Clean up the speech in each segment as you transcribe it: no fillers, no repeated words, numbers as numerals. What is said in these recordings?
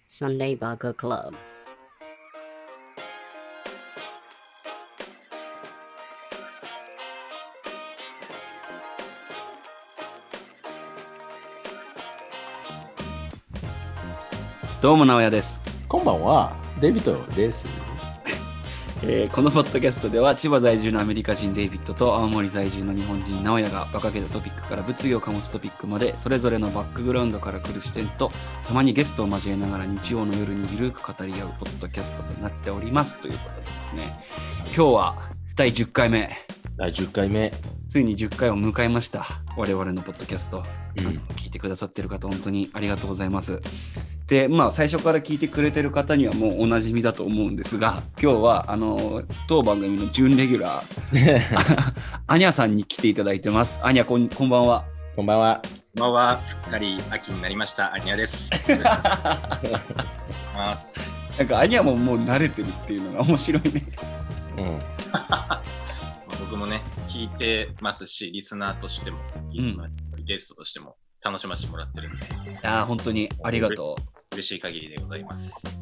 Sunday Baka Club. どうも直哉です。 こんばんは、デイビッドです。 このポッドキャストでは千葉在住のアメリカ人デイビッドと青森在住の日本人直哉が馬鹿げたトピックから物議を醸すトピックまでそれぞれのバックグラウンドから来る視点とたまにゲストを交えながら日曜の夜にゆるく語り合うポッドキャストとなっておりますということでですね、今日は第10回目。 第10回目。 ついに10回を迎えました。我々のポッドキャスト、聞いてくださってる方本当にありがとうございます。で、最初から聞いてくれてる方にはもうおなじみだと思うんですが、今日は当番組の準レギュラーアニャさんに来ていただいてます。アニャ、こんばんは。 こんばんは。 こんばんは。すっかり秋になりましたアニャです。 なんかアニャももう慣れてるっていうのが面白いね。 僕もね聞いてますし、リスナーとしても、ゲストとしても楽しませてもらってるんで。 本当にありがとう。 嬉しい限りでございます。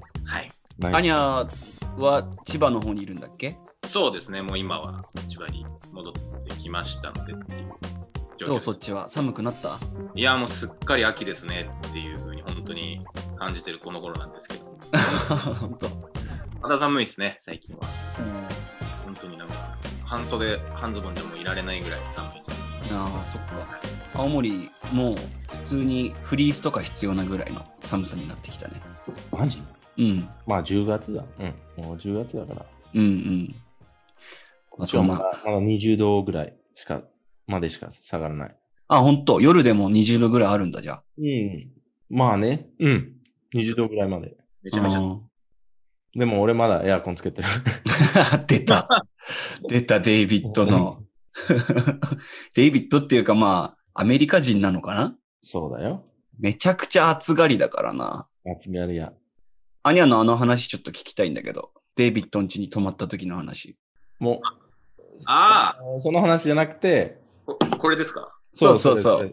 はい。 アニャは千葉の方にいるんだっけ？ そうですね。もう今は千葉に戻ってきましたのでっていう状況です。 どうそっちは寒くなった？ いやもうすっかり秋ですねっていう風に本当に感じてるこの頃なんですけど。 本当。 肌寒いですね最近は。本当になんか半袖半ズボンでもいられないぐらい寒いです。 そっか。青森もう普通にフリースとか必要なぐらいの寒さになってきたね。 マジ？ うん。 まあ10月だ。もう10月だから。 そんな。 まだ20度ぐらいまでしか下がらない。 本当。夜でも20度ぐらいあるんだじゃあ。 まあね。20度ぐらいまで。 めちゃめちゃ。 でも俺まだエアコンつけてる。 出たデイビッドの。デイビッドっていうかアメリカ人なのかな？ そうだよ。 めちゃくちゃ暑がりだからな。 暑がりや。 アニャの話ちょっと聞きたいんだけど、デイビッドん家に泊まった時の話。 もう、その話じゃなくて、 これですか？ そう。それ。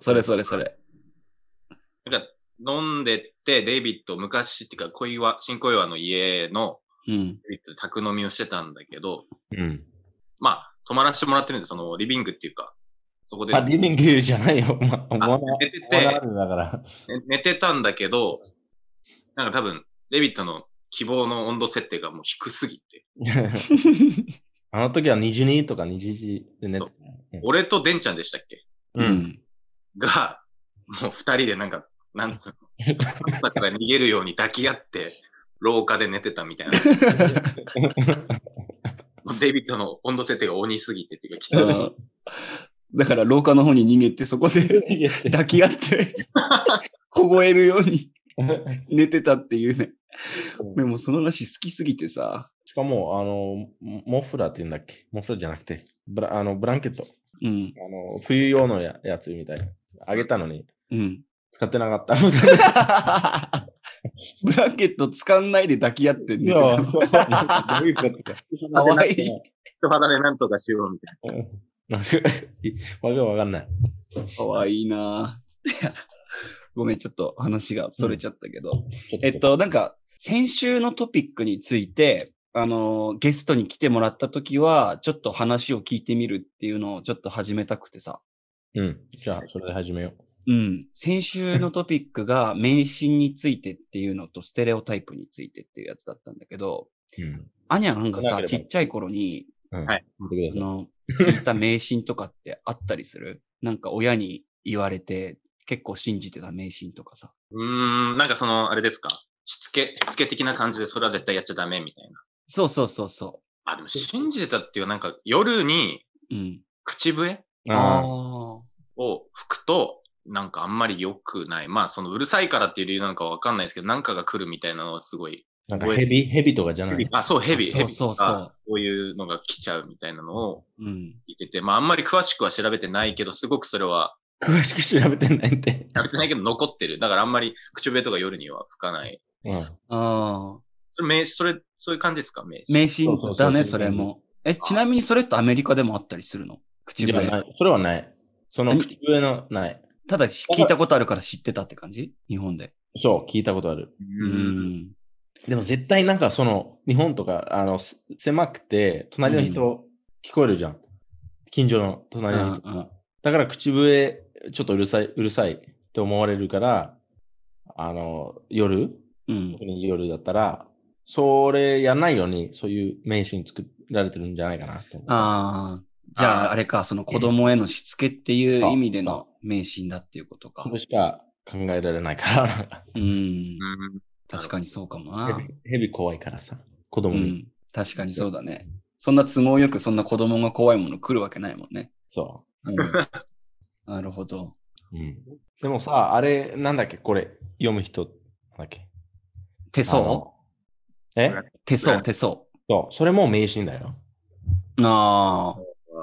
なんか飲んでってデイビッド昔っていうか新小岩の家のデイビッドで宅飲みをしてたんだけど、泊まらせてもらってるんで、そのリビングっていうか、そこで。 リビングじゃないよ。 寝てて、寝てたんだけど、なんか多分、デイビッドの希望の温度設定がもう低すぎて。 あの時は22とか21で寝てた。 俺とデンちゃんでしたっけ？が、もう二人でなんつうの、だから逃げるように抱き合って、廊下で寝てたみたいな。デイビッドの温度設定が鬼すぎてっていうかきつすぎて。 だから廊下の方に逃げてそこで抱き合って凍えるように寝てたっていうね。でもその話好きすぎてさ。 しかもモフラーって言うんだっけ？モフラーじゃなくてブランケット。冬用のやつみたいな。あげたのに、使ってなかった。 ブランケット使わないで抱き合って寝てた。 そう。どういうことか。 かわいい。 人肌でなんとかしようみたいな。 わかんない。 かわいいな。ごめん、ちょっと話がそれちゃったけど。なんか、先週のトピックについて、ゲストに来てもらったときは、ちょっと話を聞いてみるっていうのをちょっと始めたくてさ。 じゃあ、それで始めよう。 先週のトピックが迷信についてっていうのとステレオタイプについてっていうやつだったんだけど、アニャなんかさ、ちっちゃい頃に、聞いた迷信とかってあったりする？なんか親に言われて結構信じてた迷信とかさ。 なんかあれですか？しつけ的な感じでそれは絶対やっちゃダメみたいな。 そう。 でも信じてたっていうなんか夜に、口笛を吹くと、なんかあんまり良くない。うるさいからっていう理由なのかわかんないですけど、なんかが来るみたいなのはすごい。 なんかヘビとかじゃない？ そう、ヘビ。 そう。 こういうのが来ちゃうみたいなのを言ってて、あんまり詳しくは調べてないけど、すごくそれは。 詳しく調べてないって。 調べてないけど残ってる。だからあんまり口笛とか夜には吹かない。そういう感じですか？ 迷信だね、それも。ちなみにそれってアメリカでもあったりするの？口笛。 それはない。その口笛のない。 ただ聞いたことあるから知ってたって感じ？日本で。 そう、聞いたことある。 うん。 でも絶対なんかその、日本とか、狭くて、隣の人聞こえるじゃん。近所の隣の人とか。だから口笛、ちょっとうるさいって思われるから、夜、特に夜だったら、それやらないように、そういう名シーン作られてるんじゃないかなと思う。 ああ、じゃああれか、その子供へのしつけっていう意味での迷信だっていうことか。 それしか考えられないから。 確かにそうかもな。 蛇怖いからさ、子供に。 確かにそうだね。そんな都合よくそんな子供が怖いもの来るわけないもんね。 そう。 なるほど。 でもさ、あれ、なんだっけ、これ、読む人だっけ。 手相手相。 そう、それも迷信だよ。 ああ。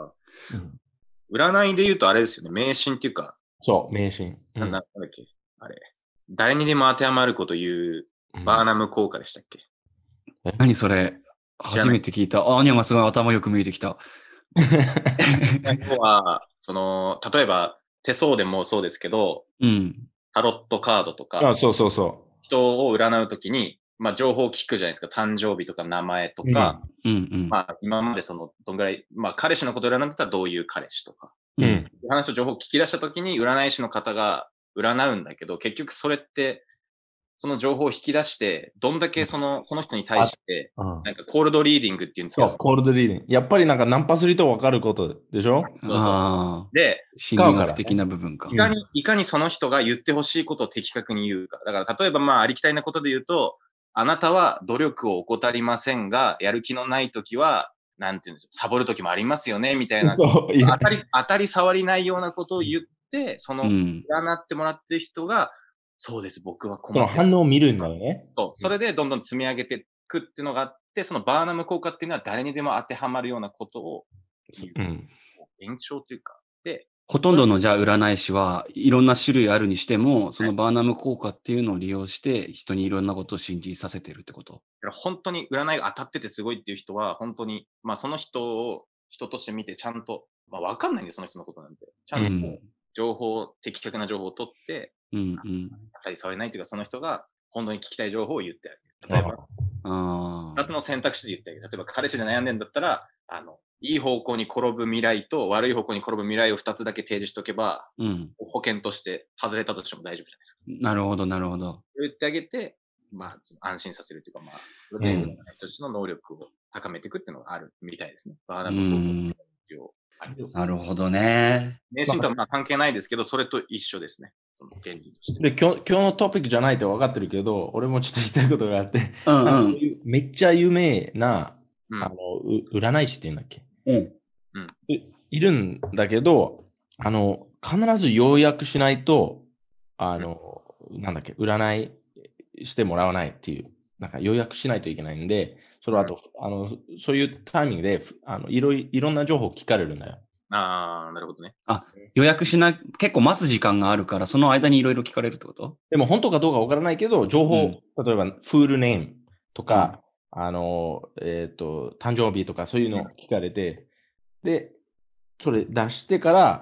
占いで言うとあれですよね、迷信っていうか。 そう、迷信。 なんだっけ、あれ。誰にでも当てはまること言う、バーナム効果でしたっけ。 何それ初めて聞いた。アーニャがすごい頭よく見えてきた。 要は、例えば手相でもそうですけど、タロットカードとか、 そう。 人を占うときに、情報を聞くじゃないですか。誕生日とか名前とか、今までどんぐらい、彼氏のことを占うんだったらどういう彼氏とか、話と情報を聞き出したときに占い師の方が占うんだけど、結局それって、その情報を引き出して、どんだけこの人に対して、なんかコールドリーディングっていうんですけど。 そう、コールドリーディング。やっぱりなんかナンパすると分かることでしょ。 で、心理学的な部分か。 いかにその人が言ってほしいことを的確に言うか。だから例えばありきたりなことで言うと、あなたは努力を怠りませんが、やる気のないときは、なんていうんでしょう、サボるときもありますよね、みたいな。当たり障りないようなことを言って、占ってもらってる人が、そうです、僕は困ってる。その反応を見るんだよね。 それでどんどん積み上げていくっていうのがあって、そのバーナム効果っていうのは誰にでも当てはまるようなことを延長というか、で、 ほとんどのじゃあ占い師はいろんな種類あるにしても、そのバーナム効果っていうのを利用して人にいろんなことを信じさせてるってこと？ 本当に占いが当たっててすごいっていう人は、本当に、その人を人として見てちゃんと、わかんないんでその人のことなんて。ちゃんと的確な情報を取って、当たり障りないというか、その人が本当に聞きたい情報を言ってあげる。例えば、2つの選択肢で言ってあげる。例えば、彼氏で悩んでんだったら、いい方向に転ぶ未来と悪い方向に転ぶ未来を2つだけ提示しておけば、保険として外れたとしても大丈夫じゃないですか。 なるほど、なるほど。 言ってあげて、安心させるというか、それで占いとしての能力を高めていくっていうのがあるみたいですね。バーナム効果。 なるほどね。 迷信とは関係ないですけど、それと一緒ですね。その原理として。 で、今日のトピックじゃないって分かってるけど、俺もちょっと言いたいことがあって、めっちゃ有名な、占い師って言うんだっけ、いるんだけど、必ず要約しないと、なんだっけ、占いしてもらわないっていう、なんか要約しないといけないんで、それはあと、そういうタイミングで、いろんな情報を聞かれるんだよ。 なるほどね。 予約しない、結構待つ時間があるから、その間にいろいろ聞かれるってこと？ でも本当かどうかわからないけど、情報、例えば、フールネームとか、誕生日とか、そういうのを聞かれて、で、それ出してから、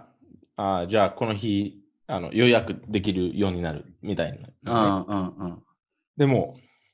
じゃあこの日、予約できるようになるみたいな。でも、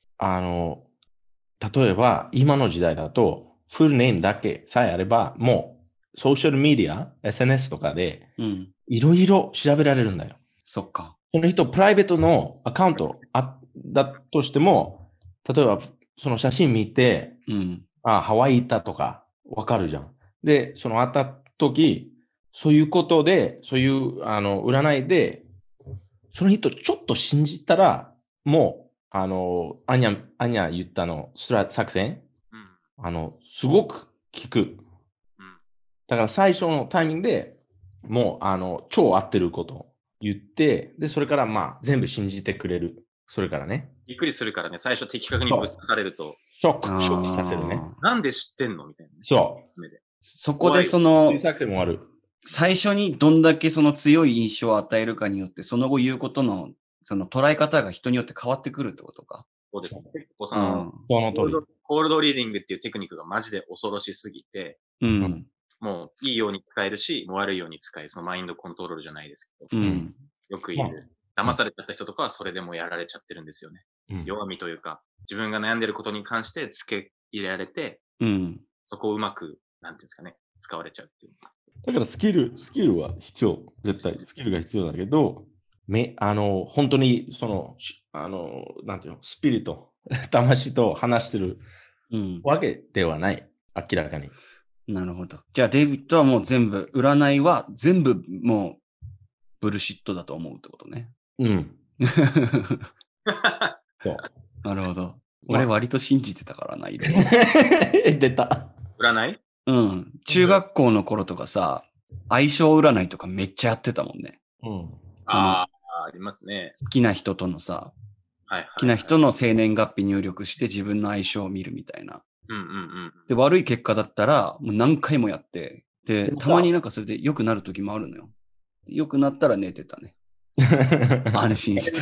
例えば、今の時代だと、フルネームだけさえあれば、もう、ソーシャルメディア、SNS とかで、いろいろ調べられるんだよ。 そっか。 その人、プライベートのアカウントだとしても、例えば、その写真見て、ハワイ行ったとか、わかるじゃん。で、その会った時、そういうことで、そういう占いで、その人ちょっと信じたら、もう、アニャ言った作戦、すごく効く。だから最初のタイミングでもう、超合ってることを言って、で、それから全部信じてくれる。それからね。 びっくりするからね、最初的確にぶっ刺されると。 ショックさせるね。 なんで知ってんのみたいな。 そこでそういう作戦もある。 最初にどんだけその強い印象を与えるかによって、その後言うことのその捉え方が人によって変わってくるってことか。 そうですね。結構コールドリーディングっていうテクニックがマジで恐ろしすぎて、もういいように使えるし、もう悪いように使える、そのマインドコントロールじゃないですけど、よく言う、 騙されちゃった人とかはそれでもやられちゃってるんですよね。弱みというか、自分が悩んでることに関して付け入れられて、そこをうまく、なんていうんですかね、使われちゃうっていう。 だからスキルは必要。絶対スキルが必要だけど、本当になんていうの、スピリット、魂と話してるわけではない。明らかに。 なるほど。じゃあ、デイビッドはもう全部、占いは全部もう、ブルシットだと思うってことね。 そう。 なるほど。俺割と信じてたからな、いろいろ。 出た。 占い？ 中学校の頃とかさ、相性占いとかめっちゃやってたもんね。 ありますね。 好きな人とのさ、好きな人の生年月日入力して自分の相性を見るみたいな。で、悪い結果だったら、もう何回もやって、で、たまになんかそれで良くなる時もあるのよ。良くなったら寝てたね。安心して。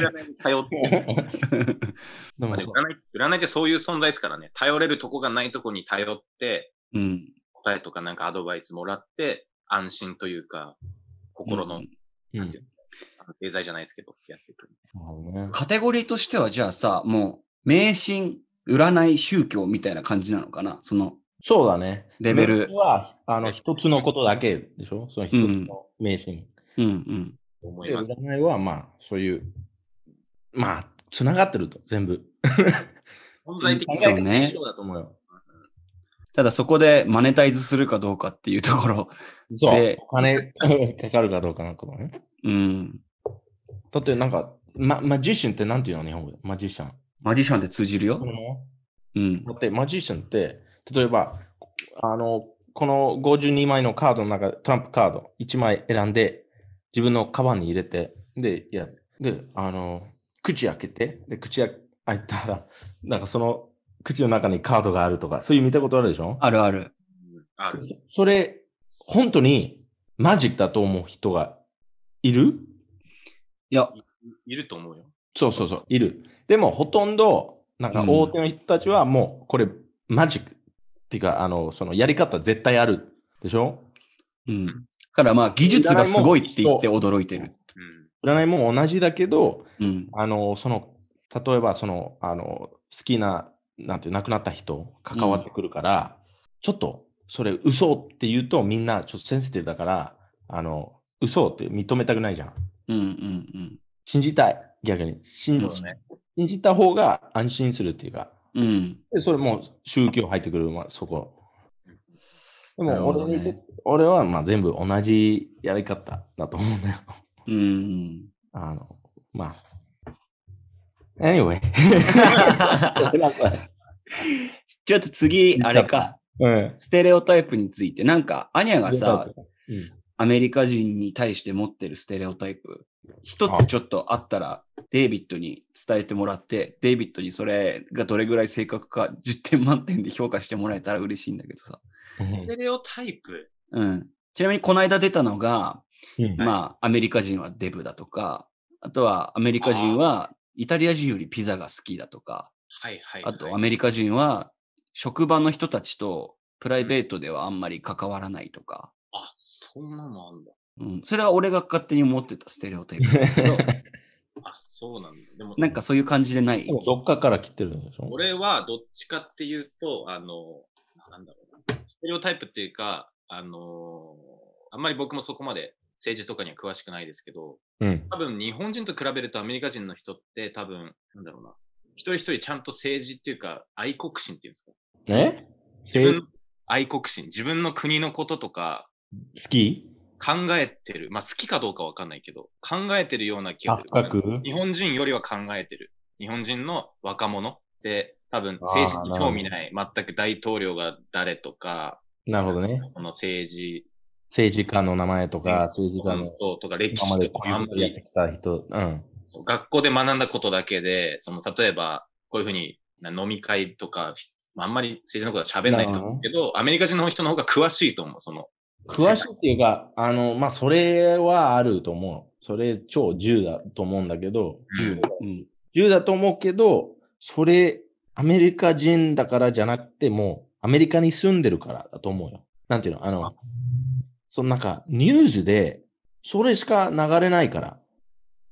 占いってそういう存在ですからね。頼れるとこがないとこに頼って、答えとかなんかアドバイスもらって、安心というか、心の、経済じゃないですけど、やってくる。 カテゴリーとしては、じゃあさ、もう、迷信、占い、宗教みたいな感じなのかな、 そうだね。 レベル。 は、一つのことだけでしょ、その一つの迷信。占いは、まあ、そういう、まあ、つながってると、全部。 本来的そうね。 だと思うよ。 ただそこでマネタイズするかどうかっていうところで。そう、お金かかるかどうかなんかね。だってなんか、マジシャンってなんていうの日本語でマジシャン。 マジシャンで通じるよ。 だってマジシャンって、例えば、この52枚のカードの中でトランプカード1枚選んで、自分のカバンに入れて、で、口開けて、で、口開いたら、なんかその口の中にカードがあるとか、そういう見たことあるでしょ？ あるある。 ある。 それ、本当にマジックだと思う人がいる？ いや、 いると思うよ。 そう、いる。でも、ほとんど、なんか大手の人たちはもう、これ、マジックっていうか、そのやり方絶対あるでしょ？ だからまあ、技術がすごいって言って驚いてる。 占いも同じだけど、例えば、好きな、なんていう、亡くなった人、関わってくるから、ちょっと、それ、嘘って言うと、みんな、ちょっとセンシティブだから、嘘って認めたくないじゃん。信じたい、逆に。信じた方が安心するっていうか。でそれも宗教入ってくる、そこ。でも俺はまあ全部同じやり方だと思うんだよ。まあ。Anyway 。 ちょっと次、あれか。ステレオタイプについて。なんか、アニャがさ、アメリカ人に対して持ってるステレオタイプ、一つちょっとあったら、デイビッドに伝えてもらって、デイビッドにそれがどれぐらい正確か10点満点で評価してもらえたら嬉しいんだけどさ。 ステレオタイプ？ ちなみにこの間出たのが、まあ、アメリカ人はデブだとか、あとはアメリカ人はイタリア人よりピザが好きだとか、あとアメリカ人は職場の人たちとプライベートではあんまり関わらないとか。 そんなのあんだ。 それは俺が勝手に思ってたステレオタイプだけど。 そうなんだ。でもなんかそういう感じでない。 どっかから来てるんでしょ？ 俺はどっちかっていうと、なんだろうな。ステレオタイプっていうか、あんまり僕もそこまで政治とかには詳しくないですけど、多分日本人と比べるとアメリカ人の人って多分、なんだろうな。一人一人ちゃんと政治っていうか、愛国心っていうんですか？愛国心。自分の国のこととか、 好き？ 考えてる。まあ好きかどうかわかんないけど、考えてるような気がする。日本人よりは考えてる。日本人の若者って多分政治に興味ない。全く大統領が誰とか。 なるほどね。 この政治家の名前とか、政治家のとか歴史とかあんまりやってきた人、 学校で学んだことだけで、例えばこういうふうに飲み会とか、あんまり政治のことは喋んないと思うけど、アメリカ人の人の方が詳しいと思う。 詳しいっていうか、まあ、それはあると思う。それ超10だと思うんだけど、10だと思うけど、それ、アメリカ人だからじゃなくて、もう、アメリカに住んでるからだと思うよ。なんていうのなんか、ニュースで、それしか流れないから。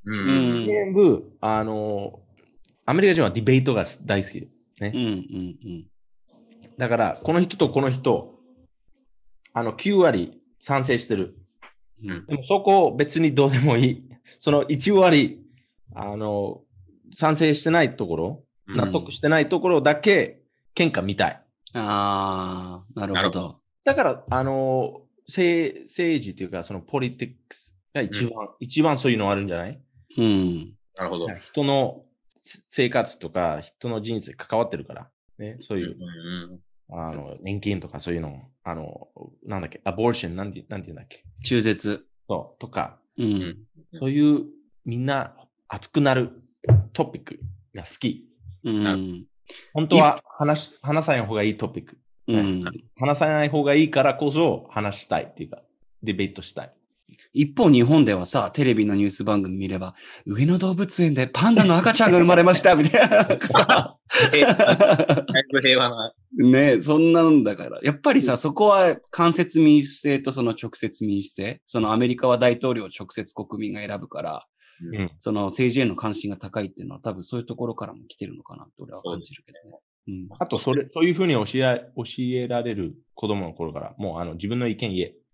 全部、アメリカ人はディベートが大好き。ね。だから、この人とこの人、9割賛成してる。でもそこ別にどうでもいい。その1割、賛成してないところ、納得してないところだけ喧嘩見たい。 ああ、なるほど。 だから、政治というか、そのポリティクスが一番そういうのあるんじゃない？ なるほど。 人の生活とか、人の人生関わってるから、ね、そういう、年金とかそういうの、なんだっけ、アボーション、なんて言うんだっけ。 中絶。 そう、とか、そういうみんな熱くなるトピックが好き。本当は話さない方がいいトピック。話さない方がいいからこそ話したいっていうか、ディベートしたい。 一方、日本ではさ、テレビのニュース番組見れば、上野動物園でパンダの赤ちゃんが生まれましたみたいな。だいぶ平和な。 ね、そんなんだから。やっぱりさ、そこは間接民主制とその直接民主制。そのアメリカは大統領を直接国民が選ぶから、その政治への関心が高いっていうのは多分そういうところからも来てるのかなと俺は感じるけどね。 あとそういうふうに教えられる子供の頃から、もう自分の意見言え。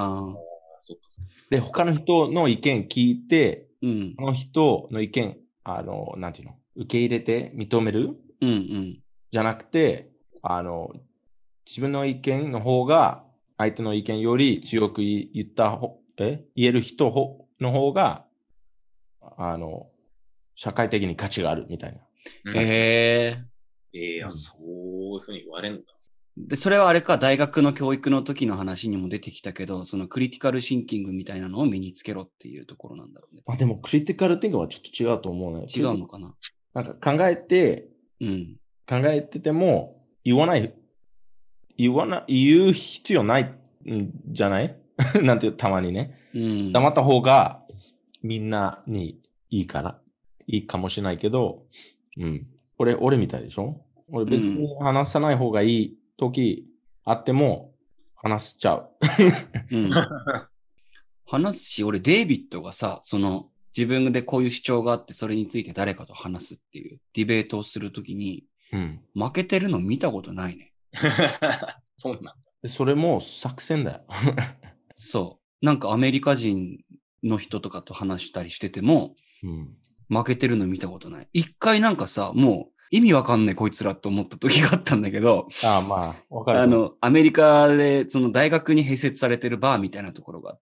で、他の人の意見聞いて、その人の意見、なんていうの、受け入れて認める、じゃなくて、自分の意見の方が、相手の意見より強く言える人の方が、社会的に価値があるみたいな。 そういうふうに言われるんだ。 で、それはあれか、大学の教育の時の話にも出てきたけど、そのクリティカルシンキングみたいなのを身につけろっていうところなんだろうね。 でも、クリティカルシンキングはちょっと違うと思うね。 違うのかな？ なんか考えてても、言う必要ないんじゃないなんてたまにね。黙った方がみんなにいいかもしれないけど、俺みたいでしょ？俺別に話さない方がいい時あっても話しちゃう。 話すし、俺デイビッドがさ、その自分でこういう主張があってそれについて誰かと話すっていうディベートをするときに、負けてるの見たことないね。 そうなんだ。 それも作戦だよ。 そう。なんかアメリカ人の人とかと話したりしてても、負けてるの見たことない。一回なんかさ、もう意味わかんないこいつらと思った時があったんだけど、 わかる。 アメリカでその大学に併設されてるバーみたいなところがあって、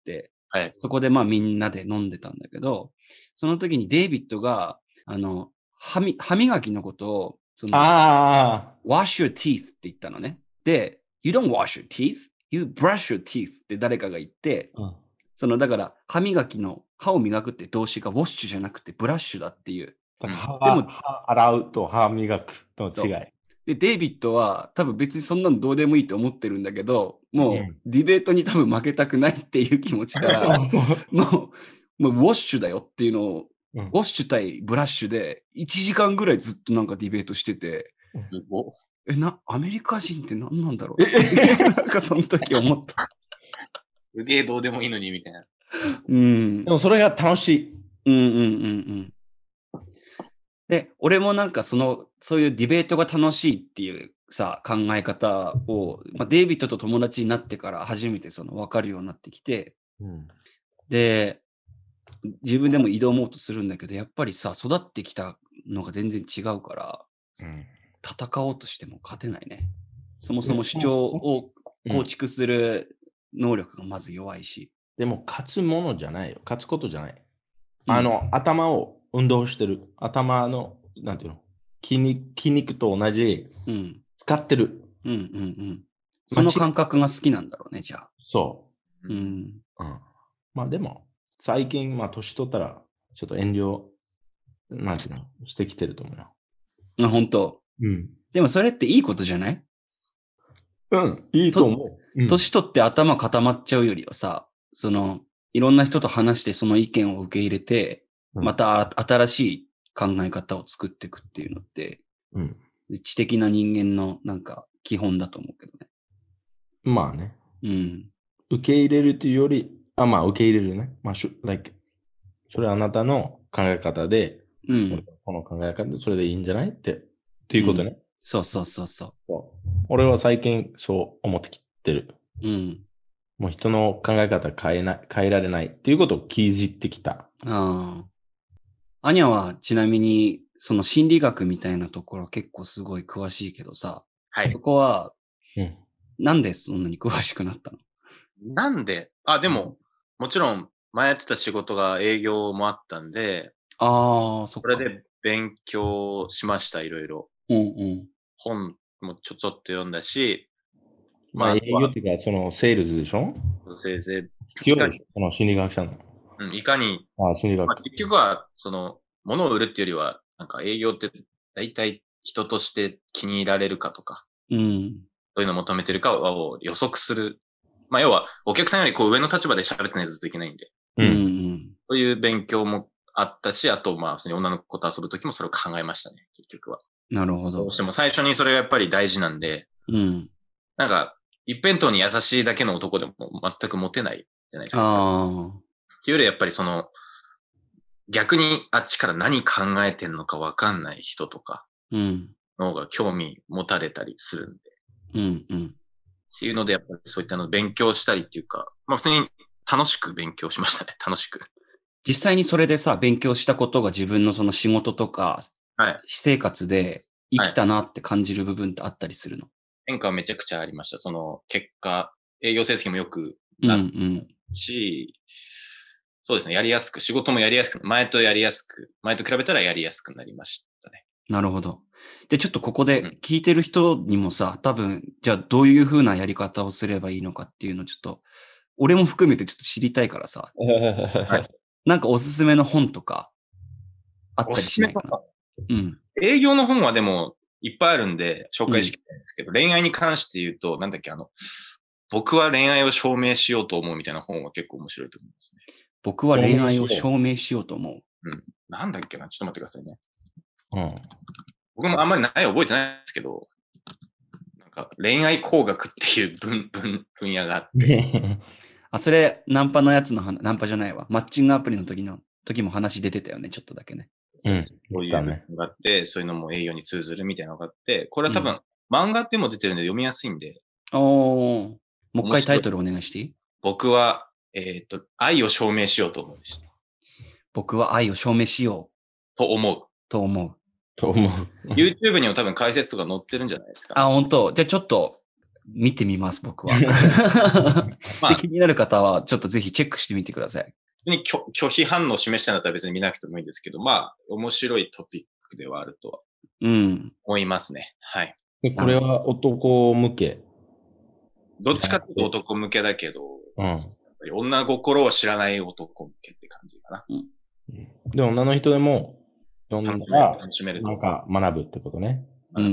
そこでみんなで飲んでたんだけど、その時にデイビッドが、歯磨きのことを、wash your teeth って言ったのね。で、you don't wash your teeth, you brush your teeth って誰かが言って、だから歯磨きの歯を磨くって動詞がウォッシュじゃなくてブラッシュだっていう。 でも洗うと歯磨くとの違い。 で、デイビッドは多分別にそんなのどうでもいいと思ってるんだけど、もうディベートに多分負けたくないっていう気持ちから、もうウォッシュだよっていうのを、ウォッシュ対ブラッシュで1時間ぐらいずっとなんかディベートしてて、アメリカ人って何なんだろうなんかその時思った。 すげえどうでもいいのにみたいな。 でもそれが楽しい。 で、俺もなんかそういうディベートが楽しいっていうさ、考え方を、デイビッドと友達になってから初めて分かるようになってきて、で、自分でも挑もうとするんだけど、やっぱりさ、育ってきたのが全然違うから、戦おうとしても勝てないね。そもそも主張を構築する能力がまず弱いし。 でも勝つものじゃないよ。勝つことじゃない。頭を運動してる。頭の、なんていうの、筋肉と同じ、使ってる。 その感覚が好きなんだろうね、じゃあ。 そう。でも、最近、年取ったら、ちょっと遠慮、なんていうの、してきてると思うよ。 本当。でもそれっていいことじゃない？ いいと思う。 年取って頭固まっちゃうよりはさ、いろんな人と話してその意見を受け入れて、また新しい考え方を作っていくっていうのって、知的な人間のなんか基本だと思うけどね。 まあね。受け入れるというより、受け入れるね。 それはあなたの考え方で、 うん、 この考え方でそれでいいんじゃないっていうことね。 そうそうそうそう。 俺は最近そう思ってきてる。 うん。 もう人の考え方変えられないっていうことを気づいてきた。 ああ。アニャはちなみに、その心理学みたいなところ結構すごい詳しいけどさ、 はい。 そこは、 うん、 なんでそんなに詳しくなったの？ なんででも、もちろん前やってた仕事が営業もあったんで、 ああ、そっか。 それで勉強しました、いろいろ。 うんうん。 本もちょっと読んだし、 まあ、営業っていうか、そのセールズでしょ？ せいぜい必要でしょ、その心理学者の。 いかに、 心理学。 結局は、物を売るっていうよりは、なんか営業って大体人として気に入られるかとか、 うん。 どういうのを求めてるかを予測する。まあ、要は、お客さんより上の立場で喋ってないといけないんで。 うん。 そういう勉強もあったし、あと、普通に女の子と遊ぶときもそれを考えましたね、結局は。 なるほど。 どうしても最初にそれがやっぱり大事なんで、 うん。 なんか、一辺倒に優しいだけの男でも全くモテないじゃないですか。っていうよりやっぱり逆にあっちから何考えてんのかわかんない人とか、の方が興味持たれたりするんで。っていうので、やっぱりそういったのを勉強したりっていうか、普通に楽しく勉強しましたね、楽しく。 実際にそれでさ、勉強したことが自分のその仕事とか、私生活で生きたなって感じる部分ってあったりするの？ 変化はめちゃくちゃありました。結果、営業成績もよくなったし、そうですね、やりやすく、仕事もやりやすく、前と比べたらやりやすくなりましたね。 なるほど。で、ちょっとここで聞いてる人にもさ、多分、じゃあどういう風なやり方をすればいいのかっていうのをちょっと、俺も含めてちょっと知りたいからさ。 はい。 なんかおすすめの本とか、あったりしないかな？ 営業の本はでもいっぱいあるんで紹介してきたんですけど、恋愛に関して言うと、なんだっけ、僕は恋愛を証明しようと思うみたいな本は結構面白いと思いますね。 僕は恋愛を証明しようと思う。 なんだっけな、ちょっと待ってくださいね。僕もあんまり内容覚えてないんですけど、なんか恋愛工学っていう分野があって。 それ、ナンパのやつのナンパじゃないわ。マッチングアプリの時も話出てたよね、ちょっとだけね。 そういうのがあって、そういうのも営業に通ずるみたいなのがあって、これは多分、漫画っても出てるんで読みやすいんで。 もう一回タイトルお願いしていい？ 僕は、愛を証明しようと思う。 僕は愛を証明しよう。と思う。YouTube にも多分解説とか載ってるんじゃないですか。 本当。じゃあちょっと見てみます、僕は。で、気になる方は、ちょっとぜひチェックしてみてください。 拒否反応を示したんだったら別に見なくてもいいんですけど、面白いトピックではあるとは思いますね。はい。 これは男向け？ どっちかっていうと男向けだけど、やっぱり女心を知らない男向けって感じかな。 で、女の人でも読んだら、なんか学ぶってことね。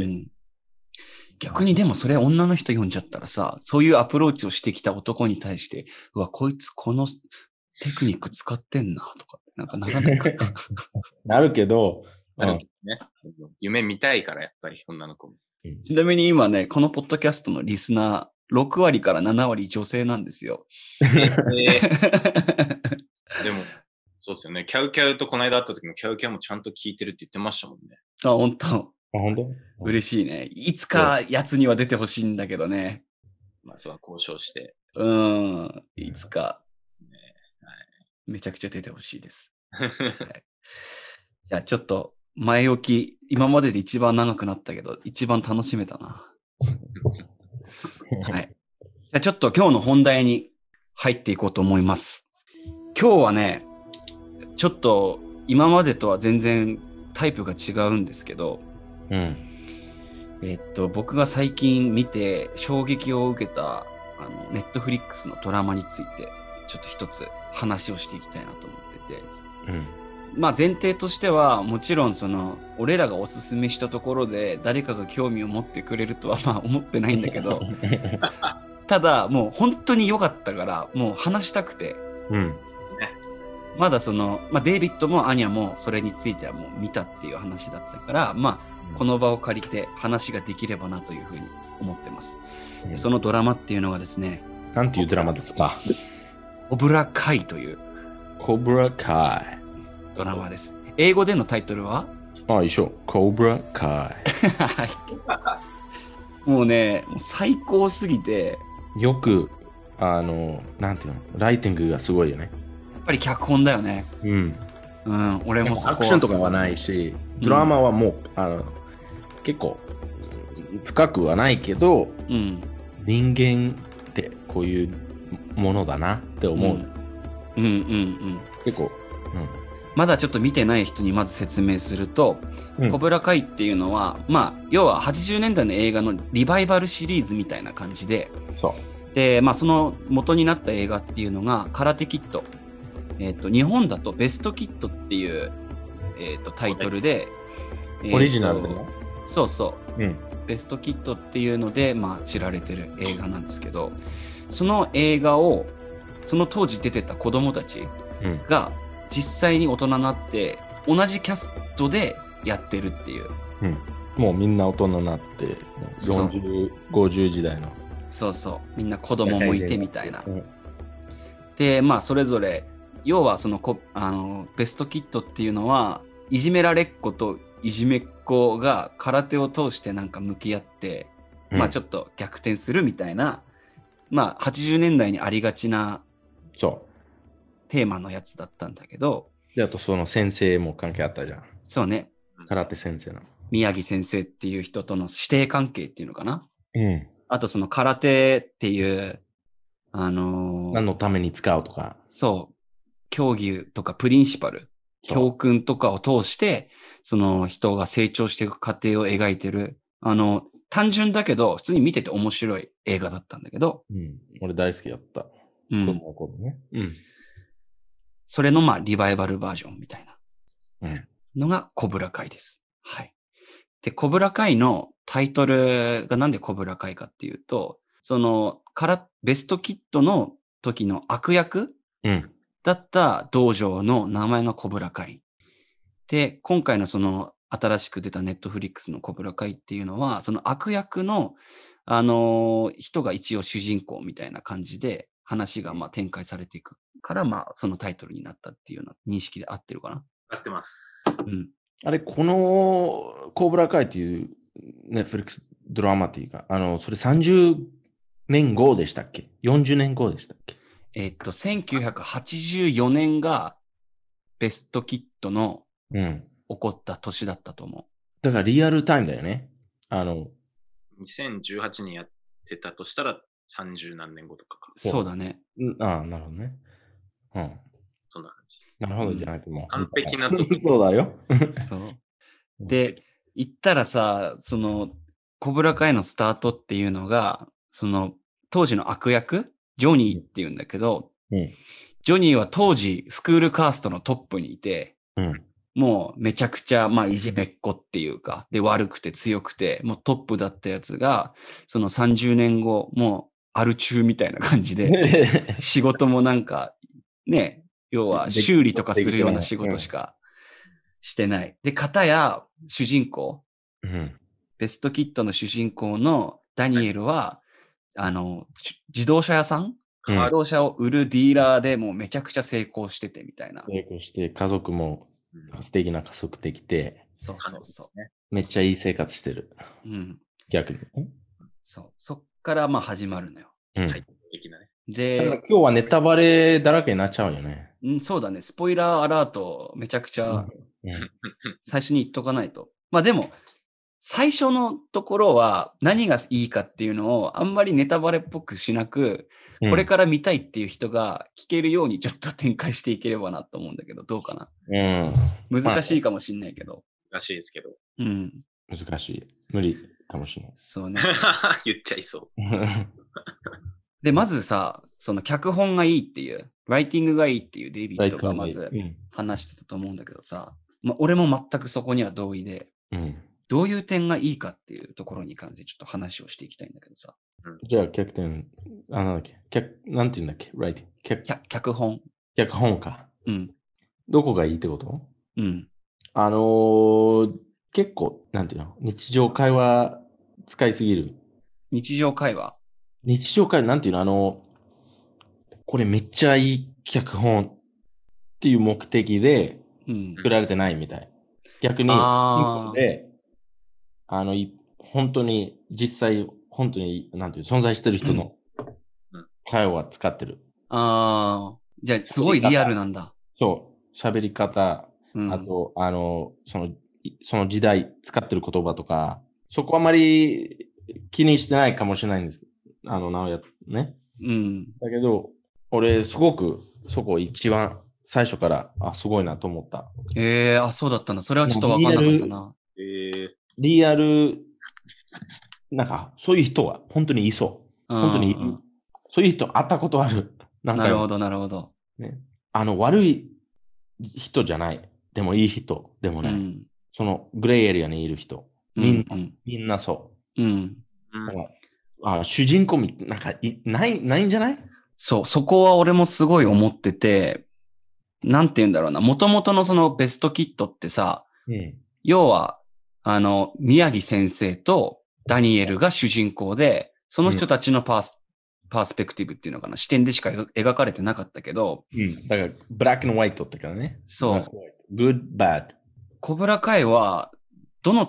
逆にでもそれ女の人読んじゃったらさ、そういうアプローチをしてきた男に対して、うわ、こいつこのテクニック使ってんなとか、なんかならないかな。 なるけど、 夢見たいからやっぱり女の子も。 ちなみに今ね、このポッドキャストのリスナー、6割から7割女性なんですよ。 でも、そうですよね。キャウキャウとこの間会った時もキャウキャウもちゃんと聞いてるって言ってましたもんね。 本当。嬉しいね。いつかやつには出てほしいんだけどね。 それは交渉して。 いつか。めちゃくちゃ出てほしいです。じゃあちょっと前置き、今までで一番長くなったけど、一番楽しめたな。はい。じゃあちょっと今日の本題に入っていこうと思います。今日はね、ちょっと今までとは全然タイプが違うんですけど、僕が最近見て衝撃を受けたネットフリックスのドラマについてちょっと一つ話をしていきたいなと思ってて、前提としてはもちろん俺らがおすすめしたところで誰かが興味を持ってくれるとは思ってないんだけどただもう本当に良かったからもう話したくて、まだデイビッドもアニャもそれについてはもう見たっていう話だったからこの場を借りて話ができればなというふうに思ってます。そのドラマっていうのがですね。 なんていうドラマですか？ コブラカイという。 コブラカイ。 ドラマです。英語でのタイトルは一緒。コブラカイ。もうね、最高すぎて。 よく、なんていうの、ライティングがすごいよね。 やっぱり脚本だよね。 うん。 俺もアクションとかはないし、ドラマはもう、結構、深くはないけど、人間ってこういうものだなって思う。結構、 まだちょっと見てない人にまず説明すると、コブラカイっていうのは、要は80年代の映画のリバイバルシリーズみたいな感じで、で、その元になった映画っていうのが、空手キッド。日本だとベストキッドっていう、タイトルで、 オリジナルでもそうそう、ベストキッドっていうので、知られてる映画なんですけど、その映画を、その当時出てた子供たちが実際に大人になって同じキャストでやってるっていう、 もうみんな大人になって40、50時代のみんな子供もいてみたいな、でそれぞれ要はそのベストキッドっていうのはいじめられっ子といじめっ子が空手を通してなんか向き合って、ちょっと逆転するみたいな、80年代にありがちなテーマのやつだったんだけど、 であとその先生も関係あったじゃん。 そうね。 空手先生の宮城先生っていう人との師弟関係っていうのかな。あとその空手っていう何のために使うとか、 競技とかプリンシパル、教訓とかを通してその人が成長していく過程を描いてる単純だけど普通に見てて面白い映画だったんだけど、 俺大好きだった。子供の頃ね。 それのリバイバルバージョンみたいなのがコブラカイです。はい。で、コブラカイのタイトルがなんでコブラカイかっていうと、そのベストキッドの時の悪役だった道場の名前がコブラカイ。で、今回のその新しく出たネットフリックスのコブラカイっていうのは、その悪役の人が一応主人公みたいな感じで話が展開されていくから、そのタイトルになったっていうような認識で合ってるかな。 合ってます。 あれ、このコブラカイっていうネットフリックスドラマっていうか、それ30年後でしたっけ ?40 年後でしたっけ 1984年がベストキッドの起こった年だったと思う。 だからリアルタイムだよね。 2018年やってたとしたら30何年後とかか。 そうだね。 なるほどね。 そんな感じ。 なるほどじゃないともう。 完璧なとそうだよ。 そう。で、言ったらさ、その、コブラカイのスタートっていうのが、その、当時の悪役、ジョニーっていうんだけど、ジョニーは当時スクールカーストのトップにいて、もうめちゃくちゃ、いじめっ子っていうか、で、悪くて強くて、もうトップだったやつが、その30年後、もうアル中みたいな感じで、仕事もなんか、ね、要は修理とかするような仕事しかしてない。で、片や主人公、ベストキッドの主人公のダニエルは、自動車屋さん、自動車を売るディーラーでもうめちゃくちゃ成功しててみたいな。 成功して、家族も素敵な家族できて、 そう。 めっちゃいい生活してる。逆に。 そっから始まるのよ。 で、今日はネタバレだらけになっちゃうよね。 そうだね。スポイラーアラートめちゃくちゃ最初に言っとかないと。でも、最初のところは何がいいかっていうのをあんまりネタバレっぽくしなく、これから見たいっていう人が聞けるようにちょっと展開していければなと思うんだけど、どうかな。難しいかもしんないけど。 難しいですけど。 難しい。無理かもしれない。 そうね。 言っちゃいそう。 で、まずさ、その脚本がいいっていう、ライティングがいいっていうデイビッドがまず話してたと思うんだけどさ、俺も全くそこには同意で、どういう点がいいかっていうところに関してちょっと話をしていきたいんだけどさ。 じゃあ、脚点、なんて言うんだっけ、ライティング。 脚本。 脚本か。どこがいいってこと？結構、なんていうの、日常会話使いすぎる。 日常会話、 なんていうの、これめっちゃいい脚本っていう目的で、 作られてないみたい。逆に、で本当に実際、本当になんていう存在してる人の会話使ってる。 じゃあ、すごいリアルなんだ。 そう、喋り方、あと、その時代使ってる言葉とか、そこあまり気にしてないかもしれないんです。直哉ね。だけど、俺、すごくそこ一番最初から、すごいなと思った。 そうだったんだ。それはちょっと分かんなかったな。 リアル、なんか、そういう人は本当にいそう。本当にいる。そういう人会ったことある。 なるほど、なるほど。 ね、悪い人じゃない。でもいい人でもない。そのグレーエリアにいる人。みんなそう。主人公なんかないんじゃない？ そう、そこは俺もすごい思ってて、なんて言うんだろうな。もともとのそのベストキットってさ、要は、宮城先生とダニエルが主人公で、その人たちのパースペクティブっていうのかな、視点でしか描かれてなかったけど、 だから、ブラック&ホワイトってからね。 そう。 good, bad。 コブラ会は、どの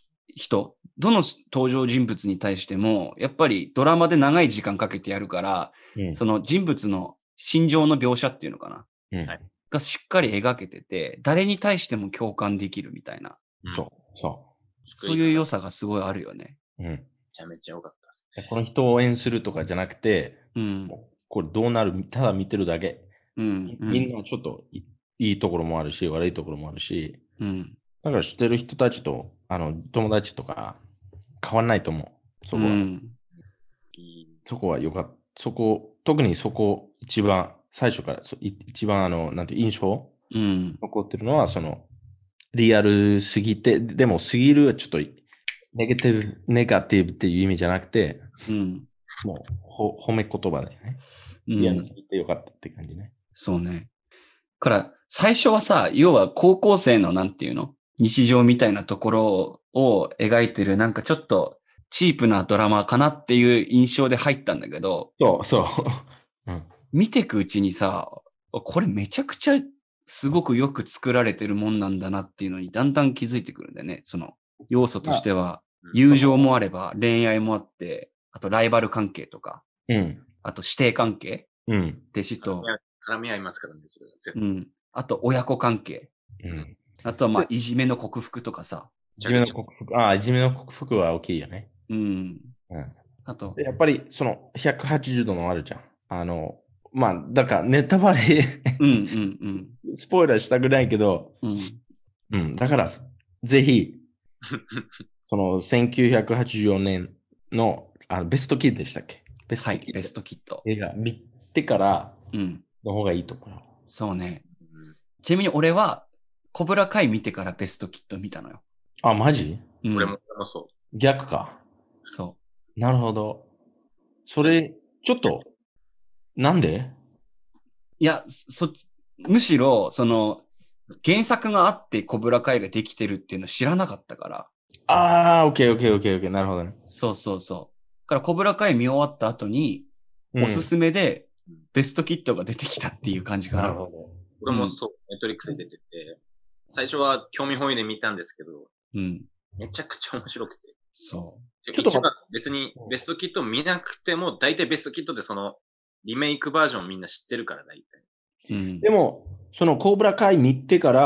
登場人物に対しても、やっぱりドラマで長い時間かけてやるから、その人物の心情の描写っていうのかな、がしっかり描けてて、誰に対しても共感できるみたいな。そういう良さがすごいあるよね。 めちゃめちゃ良かったですね。 この人を応援するとかじゃなくて、これどうなる、ただ見てるだけ。みんなちょっといいところもあるし、悪いところもあるし、だから知ってる人たちと、友達とか変わんないと思う。そこは。そこはよかった。特にそこ一番、最初から一番なんて印象、残ってるのは、リアルすぎて、でもすぎるはちょっとネガティブっていう意味じゃなくて、もう褒め言葉だよね。リアルすぎてよかったって感じね。 そうね。から最初はさ、要は高校生のなんていうの日常みたいなところを描いてるなんかちょっとチープなドラマかなっていう印象で入ったんだけど、 そう。 見てくうちにさ、これめちゃくちゃすごくよく作られてるもんなんだなっていうのにだんだん気づいてくるんだよね。その要素としては、友情もあれば恋愛もあって、あとライバル関係とか、あと師弟関係、弟子と絡み合いますからね、それが。あと親子関係。あとはまあいじめの克服とかさ。 いじめの克服は大きいよね。 あと。 やっぱりその180度のあるじゃん。まあ、だからネタバレスポイラーしたくないけど、だからぜひ、その1984年のベストキッドでしたっけ？ ベストキッド。 映画見てからの方がいいと思う。 そうね。ちなみに俺は、コブラ会見てからベストキッド見たのよ。 マジ？ 俺もそう。 逆か。 そう。 なるほど。それ、ちょっと、なんで？ いや、むしろ、その、原作があってコブラ会ができてるっていうの知らなかったから。 オッケー。なるほどね。 そう。からコブラ会見終わった後に、おすすめでベストキットが出てきたっていう感じかな。 なるほど。 俺もそう、ネットリックス出てて、最初は興味本位で見たんですけど、めちゃくちゃ面白くて。 そう。 一番別にベストキット見なくても、大体ベストキットでそのリメイクバージョンみんな知ってるから大体。 でも、そのコブラ会見てから、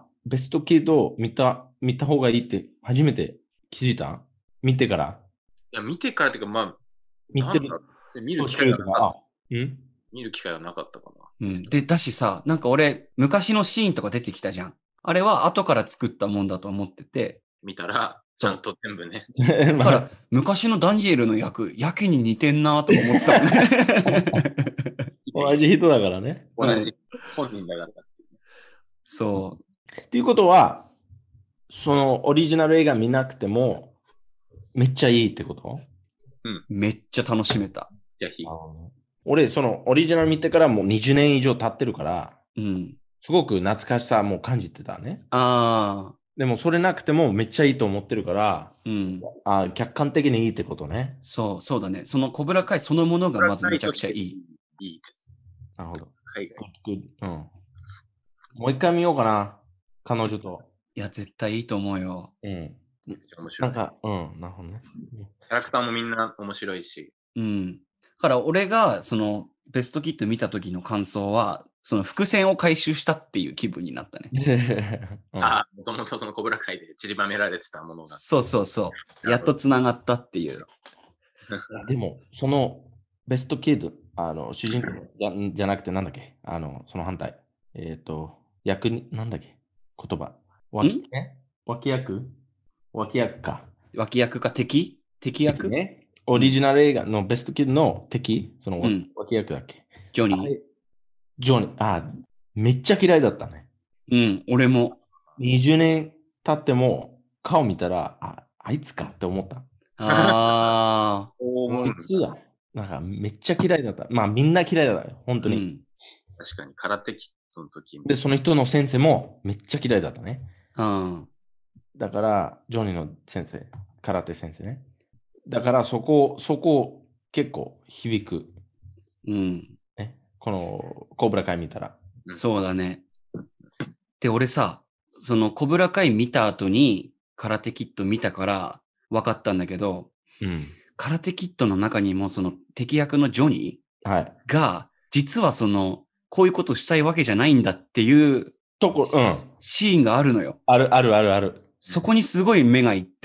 ベストキット見た方がいいって初めて気づいた？見てから？ いや、見てからっていうか、まあ、 見る機会がなかった。 見る機会はなかったかな。で、だしさ、なんか俺、昔のシーンとか出てきたじゃん。あれは後から作ったもんだと思ってて。 見たら、ちゃんと全部ね。 だから、昔のダニエルの役、やけに似てんなとか思ってたもんね。 同じ人だからね。 同じ本人だから。 そう。 っていうことは、そのオリジナル映画見なくても、めっちゃいいってこと？ めっちゃ楽しめた。 俺、そのオリジナル見てからもう20年以上経ってるから、すごく懐かしさも感じてたね。でもそれなくてもめっちゃいいと思ってるから、客観的にいいってことね。 そうだね。そのコブラ会そのものがまずめちゃくちゃいい。 いいです。 なるほど。 海外。 もう一回見ようかな。彼女と。 いや、絶対いいと思うよ。 うん。 面白い。 なんか、なるほどね。 キャラクターもみんな面白いし。 うん。だから俺がそのベストキッド見た時の感想は、その伏線を回収したっていう気分になったね。 もともとそのコブラ会で散りばめられてたものが。 そうそうそう。やっとつながったっていう。 でも、そのベストキッド、主人公じゃなくてなんだっけその反対。役に、なんだっけ言葉。脇役か。 脇役か敵役ね。オリジナル映画のベストキッドの敵、その脇役だっけ、 ジョニー。めっちゃ嫌いだったね。 うん、俺も。 20年経っても顔見たら、あいつかって思った。 ああ。 いつだ。なんかめっちゃ嫌いだった。まあみんな嫌いだったよ、本当に。 確かに、空手キッドの時で、その人の先生もめっちゃ嫌いだったね。だから、ジョニーの先生、空手先生ね。だからそこ結構響く。このコブラ会見たら。 そうだね。で、俺さ、そのコブラ会見た後に空手キッド見たから分かったんだけど、空手キッドの中にもその敵役のジョニーが、実はその、こういうことしたいわけじゃないんだっていうシーンがあるのよ。 ある。 そこにすごい目がいって、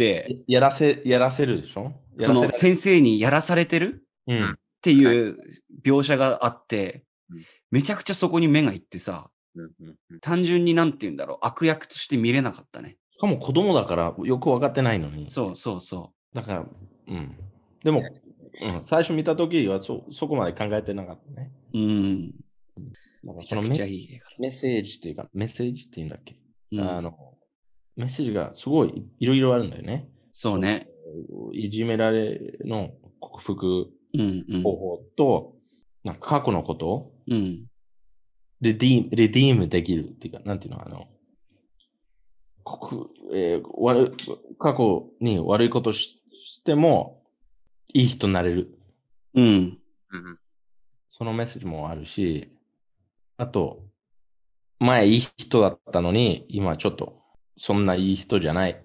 やらせるでしょ。 その先生にやらされてるっていう描写があって、めちゃくちゃそこに目がいってさ、単純になんて言うんだろう、悪役として見れなかったね。 しかも子供だからよく分かってないのに。 そう。 だから、でも、最初見たときはそこまで考えてなかったね。 めちゃくちゃいい映画だ。 メッセージっていうんだっけ、メッセージがすごいいろいろあるんだよね。 そうね。 いじめられの克服方法と、なんか過去のことを、レディームできるっていうか、なんていうの、過去に悪いことしてもいい人になれる。そのメッセージもあるし、あと、前いい人だったのに、今ちょっとそんないい人じゃない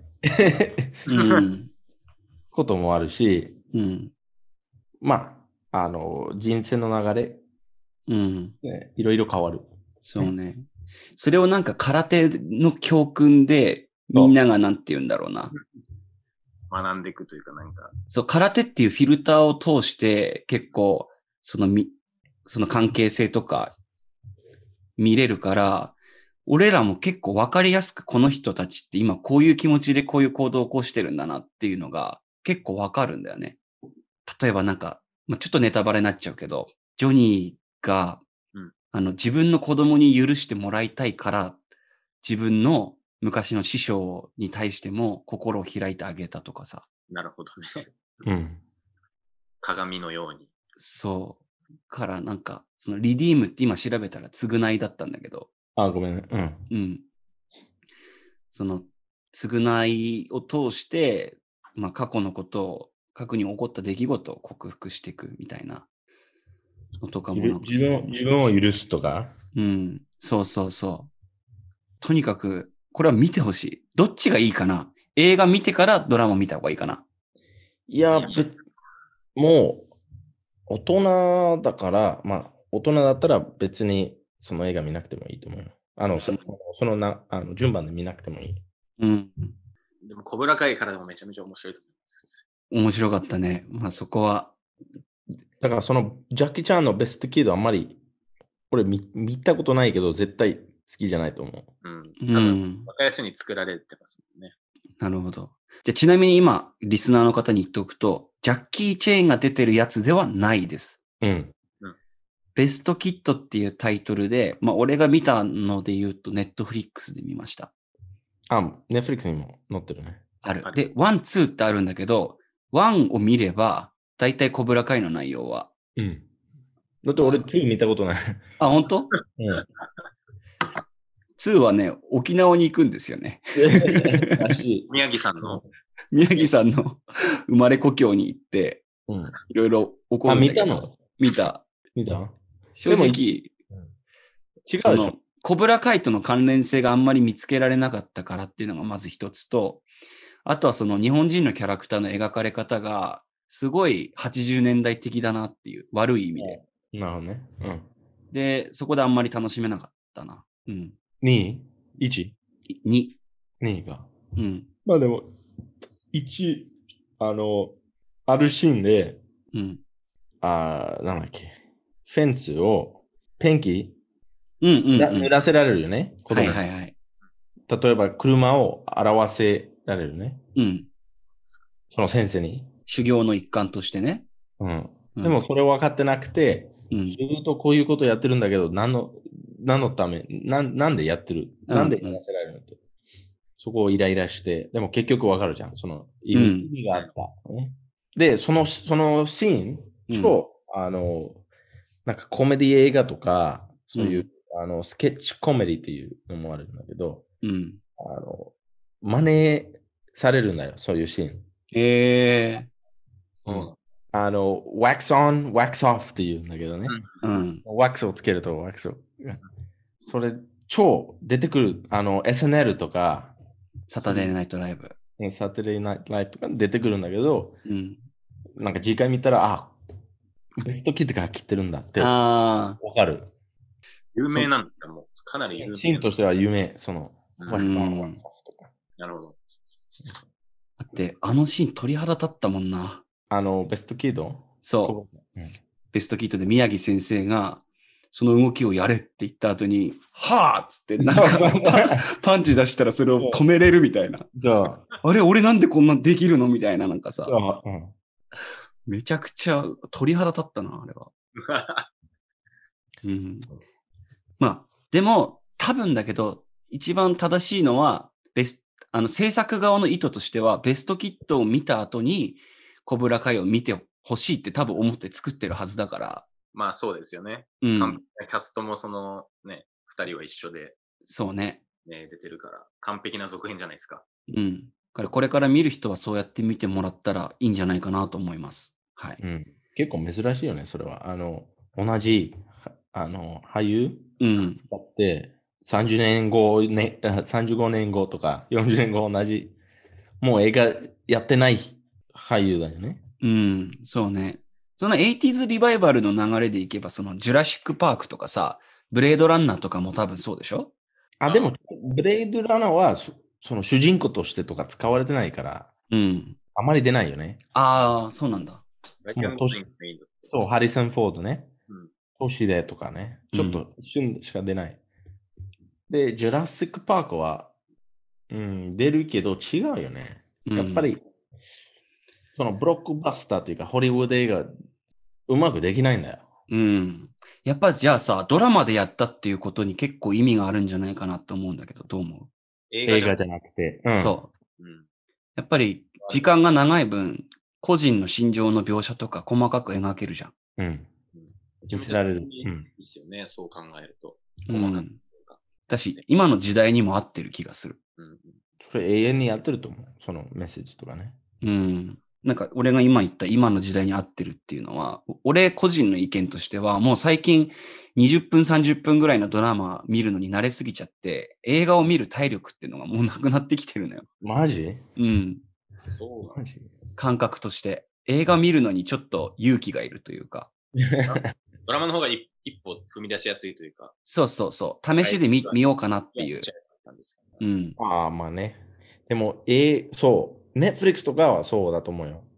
こともあるし、まあ、人生の流れ、いろいろ変わる。 そうね。それをなんか空手の教訓で、みんながなんて言うんだろうな。 学んでいくというかなんか。 そう、空手っていうフィルターを通して結構、その関係性とか見れるから、俺らも結構わかりやすくこの人たちって今こういう気持ちでこういう行動を起こしてるんだなっていうのが結構わかるんだよね。例えばなんか、ちょっとネタバレになっちゃうけど、ジョニーが、自分の子供に許してもらいたいから、自分の昔の師匠に対しても心を開いてあげたとかさ。 なるほどね。鏡のように。 そう。からなんか、そのリディームって今調べたら償いだったんだけど。 ごめんね。 その償いを通して、過去のことを、過去に起こった出来事を克服していくみたいなのとかもなんか自分を許すとか。 そう。とにかく、これは見てほしい。どっちがいいかな？映画見てからドラマ見た方がいいかな？ いや、もう、大人だから、大人だったら別にその映画見なくてもいいと思うよ。順番で見なくてもいい。 でも、コブラ会からでもめちゃめちゃ面白いと思います。 面白かったね。そこは。 だからそのジャッキー・チャンのベストキッドあんまり、俺見たことないけど、絶対好きじゃないと思う。 多分、分かりやすいに作られてますもんね。 なるほど。じゃあちなみに今、リスナーの方に言っておくと、ジャッキー・チェーンが出てるやつではないです。ベストキッドっていうタイトルで、俺が見たので言うと、ネットフリックスで見ました。 ネットフリックスにも載ってるね。 ある。で、1、2ってあるんだけど、1を見れば、だいたいコブラ会の内容は。 だって俺2見たことない。 本当？2はね、沖縄に行くんですよね。 宮城さんの生まれ故郷に行って、いろいろ起こるんだけど。 見た見た。正直、 違うでしょ。 コブラカイとの関連性があんまり見つけられなかったからっていうのがまず一つと、あとはその日本人のキャラクターの描かれ方が、すごい80年代的だなっていう、悪い意味で。 なるほどね。うん。 で、そこであんまり楽しめなかったな。うん。 2位 ?1? 2。 2位が。 うん。 まあでも、1、あるシーンで、 うん。 なんだっけ。フェンスをペンキ濡らせられるよね。 はいはいはい。 例えば、車を洗わせられるね。 うん。 その先生に。 修行の一環としてね。 うん。でも、それ分かってなくて、ずっとこういうことやってるんだけど、何のため、なんでやってる、なんでやらせられるのって。そこをイライラして、でも結局分かるじゃん。その意味があった、ね。で、そのシーン、超、なんかコメディ映画とか、そういう、スケッチコメディっていうのもあるんだけど、真似されるんだよ、そういうシーン。wax on, wax off っていうんだけどね。wax をつけると wax を。それ、超出てくる、SNL とか、 サタデーナイトライブ。 サタデーナイトライブとか出てくるんだけど、なんか次回見たら、ベストキットが切ってるんだってわかる。 有名なんだもうかなり有名。 シーンとしては有名、その、 なるほど。 だって、あのシーン鳥肌立ったもんな。 ベストキッドそう。ベストキッドで宮城先生が、その動きをやれって言った後に、はぁっつって、なんかパンチ出したらそれを止めれるみたいな。あれ、俺なんでこんなできるのみたいな、なんかさ。めちゃくちゃ鳥肌立ったな、あれは。まあ、でも、多分だけど、一番正しいのは、制作側の意図としては、ベストキットを見た後に、コブラカイを見てほしいって多分思って作ってるはずだから。 まあそうですよね。キャストもそのね、2人は一緒で。 そうね。 出てるから、完璧な続編じゃないですか。 これから見る人はそうやって見てもらったらいいんじゃないかなと思います。はい。 結構珍しいよね、それは。同じ、俳優だって、30年後、35年後とか40年後同じ、もう映画やってない俳優だよね。 そうね。その 80s リバイバルの流れでいけば、そのジュラシックパークとかさ、ブレードランナーとかも多分そうでしょ？ でも、ブレードランナーはその主人公としてとか使われてないから、あまり出ないよね。 そうなんだ。 そう、ハリソン・フォードね。都市でとかね。ちょっと一瞬しか出ない。で、ジュラシック・パークは、出るけど違うよね。やっぱり、そのブロックバスターというか、ホリウッド映画、うまくできないんだよ。 やっぱじゃあさ、ドラマでやったっていうことに結構意味があるんじゃないかなと思うんだけど、どう思う？ 映画じゃなくて。 そう。やっぱり時間が長い分、個人の心情の描写とか細かく描けるじゃん。 見せられる。 いいですよね、そう考えると。 だし、今の時代にも合ってる気がする。 それ永遠にやってると思う。そのメッセージとかね。 なんか俺が今言った今の時代に合ってるっていうのは、俺個人の意見としては、もう最近20分30分ぐらいのドラマ見るのに慣れすぎちゃって、映画を見る体力っていうのがもうなくなってきてるのよ。 マジ？ そうマジ？ 感覚として。映画見るのにちょっと勇気がいるというか。 ドラマの方が一歩踏み出しやすいというか。 そう。試しで見ようかなっていう。 まあね。でも、そう。ネットフリックスとかはそうだと思うよ。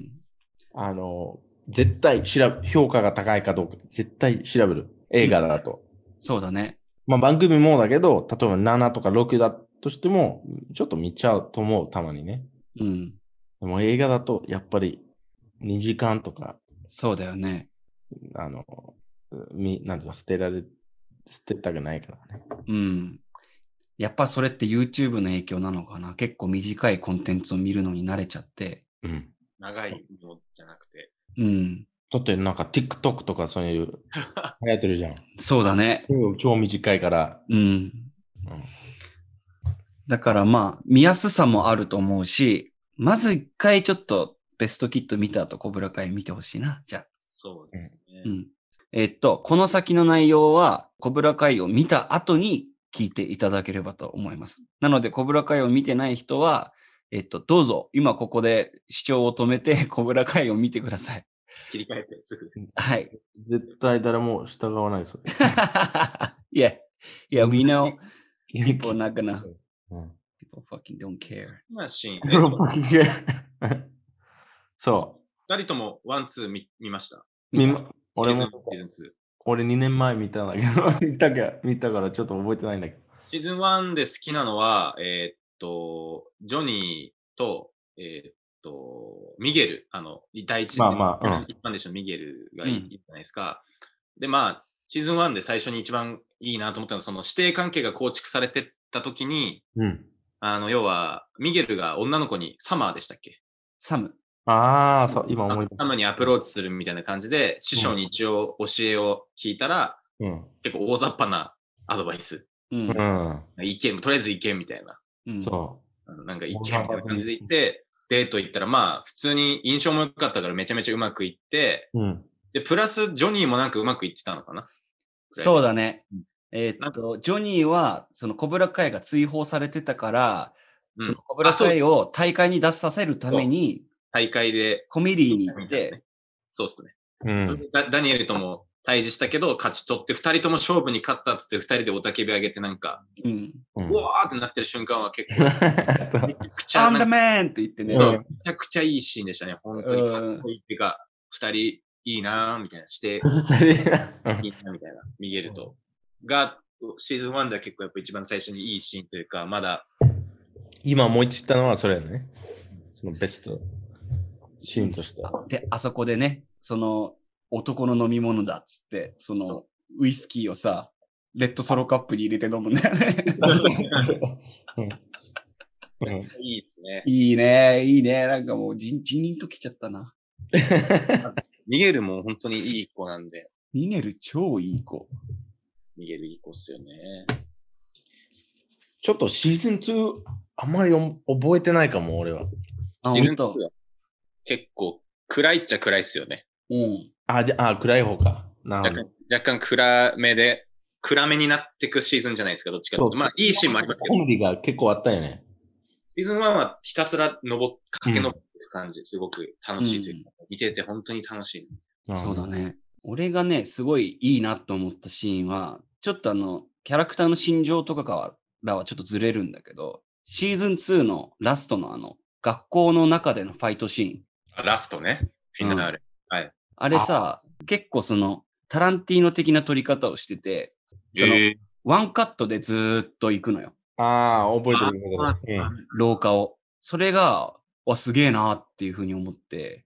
絶対評価が高いかどうか、絶対調べる。映画だと。 そうだね。 まあ番組もだけど、例えば7とか6だとしても、ちょっと見ちゃうと思う、たまにね。でも映画だと、やっぱり2時間とか。 そうだよね。 なんていうの、捨てたくないからね。 やっぱそれって YouTube の影響なのかな。結構短いコンテンツを見るのに慣れちゃって。 長いのじゃなくて。 だってなんか TikTok とかそういう流行ってるじゃん。 そうだね。 超短いから。 だからまあ見やすさもあると思うし、まず一回ちょっとベストキット見た後コブラカイ見てほしいな。じゃあ。 そうですね。 この先の内容は、コブラ会を見た後に聞いていただければと思います。なので、コブラ会を見てない人は、どうぞ、今ここで視聴を止めて、コブラ会を見てください。 切り替えて、すぐ。 はい。 絶対誰も従わないそれ。 yeah, we know people are not gonna, people fucking don't care. なシーン。 そう。 2人ともワン、ツー見ました。 俺も、俺2年前見たんだけど、見たからちょっと覚えてないんだけど。 シーズン1で好きなのは、ジョニーと、ミゲル、第一、一般でしょ、ミゲルがいいじゃないですか。で、シーズン1で最初に一番いいなと思ったのは、その師弟関係が構築されてった時に、要は、ミゲルが女の子にサマーでしたっけ？ サム。 そう、今思い出した。 サムにアプローチするみたいな感じで、師匠に一応教えを聞いたら、結構大雑把なアドバイス。とりあえず行けみたいな。 そう。 なんか行けみたいな感じで行って、デート行ったら、普通に印象も良かったからめちゃめちゃうまくいって、で、プラス、ジョニーもなんかうまくいってたのかな？ そうだね。ジョニーは、そのコブラ会が追放されてたから、そのコブラ会を大会に出させるために、 大会でコメディに行って、 そうっすね。ダニエルとも対峙したけど、勝ち取って、2人とも勝負に勝ったっつって、2人で雄たけび上げて、なんか、うわーってなってる瞬間は結構、めちゃくちゃ、 I'm the man って言ってね。 めちゃくちゃいいシーンでしたね。本当にかっこいいっていうか、2人いいなーみたいなして、いいなみたいな、ミゲルと。が、シーズン1では結構やっぱ一番最初にいいシーンというか、まだ。 今思いついたのはそれね。そのベストシーンとして。 で、あそこでね、その男の飲み物だっつって、そのウイスキーをさ、レッドソロカップに入れて飲むんだよね。 いいですね。 いいね、いいね。なんかもうジンときちゃったな。 ミゲルも本当にいい子なんで。 ミゲル超いい子。 ミゲルいい子っすよね。 ちょっとシーズン2、あんまり覚えてないかも、俺は。 本当。 結構暗いっちゃ暗いっすよね。 暗い方か。 若干暗めになってくシーズンじゃないですか、どっちかというと。いいシーンもありますけど。 コメディが結構あったよね。 シーズン1はひたすら駆け上っていく感じ、すごく楽しいというか、見てて本当に楽しい。 そうだね。俺がね、すごいいいなと思ったシーンは、ちょっとキャラクターの心情とかからはちょっとずれるんだけど、シーズン2のラストの学校の中でのファイトシーン。ラストね。フィナーレ。はい。 あれさ、結構そのタランティーノ的な撮り方をしてて、そのワンカットでずーっと行くのよ。 覚えてる。 廊下を。それが、すげえなっていうふうに思って、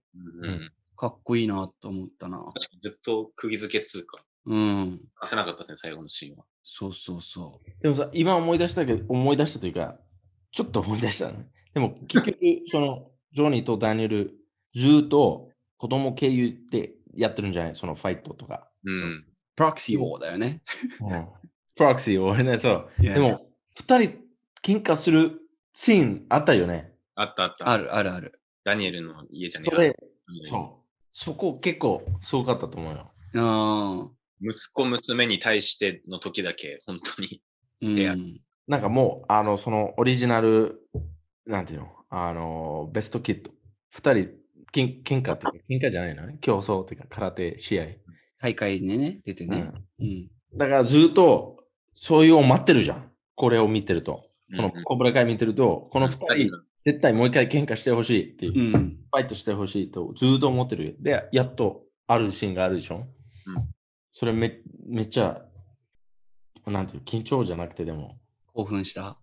かっこいいなと思ったな。 ずっと釘付けっつうか。出せなかったですね、最後のシーンは。 そうそうそう。 でもさ、今思い出したというか、ちょっと思い出したね。でも結局、その、ジョニーとダニエル、ずっと子供経由でやってるんじゃない？そのファイトとか。 プロクシーウォーだよね。 プロクシーウォーね、そう。でも、2人喧嘩するシーンあったよね。 あった。 ある。 ダニエルの家じゃねえか。 そこ結構すごかったと思うよ。 息子、娘に対しての時だけ、本当に。 なんかもう、そのオリジナル、なんていうの、ベストキッド。2人、喧嘩じゃないのね。競争っていうか、空手試合。 大会にね、出てね。 だからずっと、そういうを待ってるじゃん。これを見てると。このコブラ会見てると、この2人、絶対もう一回喧嘩してほしいっていう、ファイトしてほしいとずっと思ってる。で、やっとあるシーンがあるでしょ。それめっちゃ、なんていう、緊張じゃなくてでも。 興奮してた。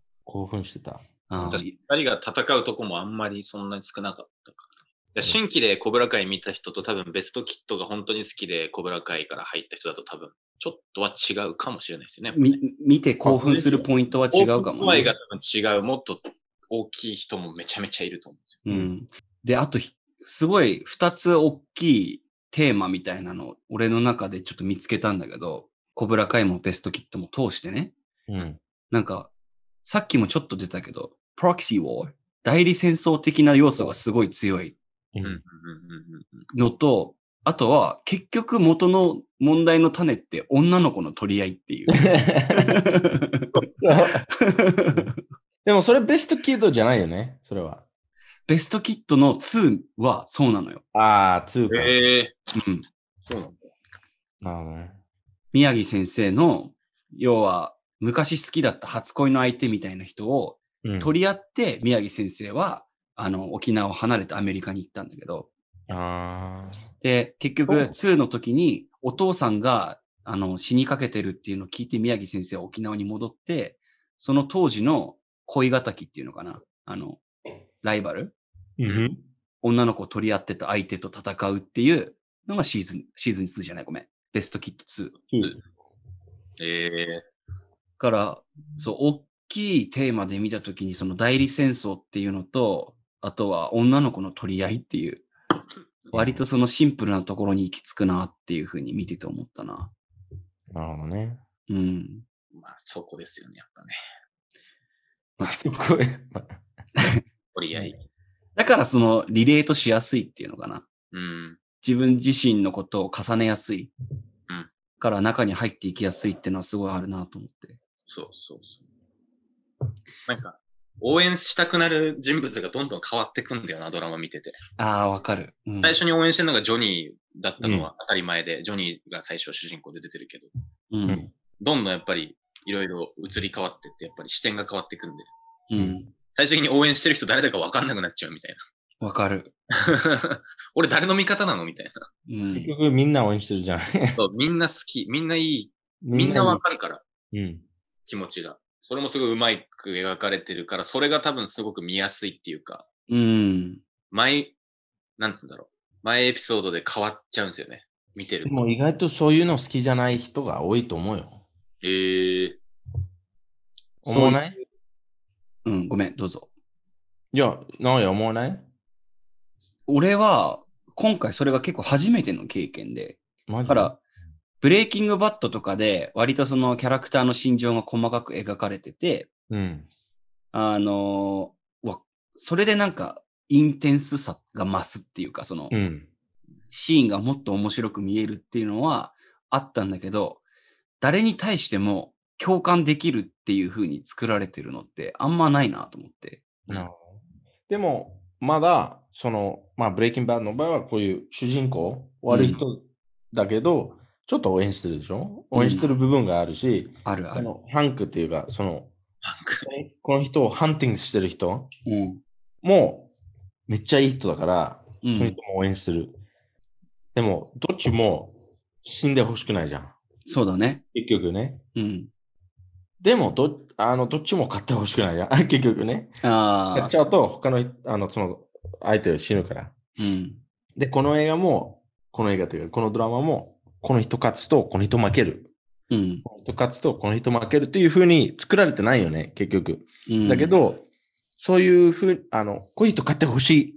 2人が戦うとこもあんまりそんなに少なかったから。新規でコブラ会見た人と多分ベストキットが本当に好きでコブラ会から入った人だと多分ちょっとは違うかもしれないですよね。 見て興奮するポイントは違うかもね。 声が多分違う、もっと大きい人もめちゃめちゃいると思うんですよ。 で、あと、すごい2つ大きいテーマみたいなのを俺の中でちょっと見つけたんだけど、コブラ会もベストキットも通してね。なんか、さっきもちょっと出たけど、プロキシーウォー、代理戦争的な要素がすごい強いのと、 あとは、結局元の問題の種って女の子の取り合いっていう。 でもそれベストキッドじゃないよね、それは。 ベストキッドの2はそうなのよ。 ああ、2か。 うん。 そうなんだ。なるほどね。 宮城先生の、要は、昔好きだった初恋の相手みたいな人を取り合って、宮城先生は、沖縄を離れてアメリカに行ったんだけど。で、結局、2の時に、お父さんが、死にかけてるっていうのを聞いて、宮城先生は沖縄に戻って、その当時の恋敵っていうのかな。ライバル、女の子を取り合ってた相手と戦うっていうのがシーズン2じゃない、ごめん。ベストキッド2。から、そう、大きいテーマで見たときに、その代理戦争っていうのと、あとは女の子の取り合いっていう、割とそのシンプルなところに行き着くなっていうふうに見てて思ったな。 なるほどね。 うん。 まあ、そこですよね、やっぱね。 まあ、そこへ。 取り合い。 だからそのリレートしやすいっていうのかな。 うん。 自分自身のことを重ねやすい。 うん。 から中に入っていきやすいっていうのはすごいあるなと思って。 そう。なんか、応援したくなる人物がどんどん変わってくんだよな、ドラマ見てて。 ああ、わかる、 最初に応援してるのがジョニーだったのは当たり前で、ジョニーが最初主人公で出てるけど、どんどんやっぱりいろいろ移り変わってって、やっぱり視点が変わってくんで、最終的に応援してる人誰だか分かんなくなっちゃうみたいな。わかる。 俺誰の味方なのみたいな。 結局みんな応援してるじゃん。 そう、みんな好き、みんないい、みんな分かるから、気持ちが。それもすごいうまく描かれてるから、それが多分すごく見やすいっていうか、なんつうんだろう。前エピソードで変わっちゃうんですよね。見てる。 でも意外とそういうの好きじゃない人が多いと思うよ。思わない？ ごめん、どうぞ。 いや、思わない？ 俺は、今回それが結構初めての経験で。だから、ブレイキングバットとかで、割とそのキャラクターの心情が細かく描かれてて、それでなんか、インテンスさが増すっていうか、その、シーンがもっと面白く見えるっていうのはあったんだけど、誰に対しても共感できるっていう風に作られてるのってあんまないなと思って。 でも、まだ、その、ブレイキングバッドの場合はこういう主人公、悪い人だけど、ちょっと応援してるでしょ？応援してる部分があるし、 ある。 ハンクっていうか、その、この人をハンティングしてる人もめっちゃいい人だから、その人も応援してる。でも、どっちも死んでほしくないじゃん。 そうだね。 結局ね。でもどっちも勝ってほしくないじゃん。結局ね。勝っちゃうと、他の、その、相手が死ぬから。で、この映画というか、このドラマも、この人勝つと、この人負ける。この人勝つと、この人負けるっていう風に作られてないよね、結局。だけど、そういう風、こういう人勝ってほしい。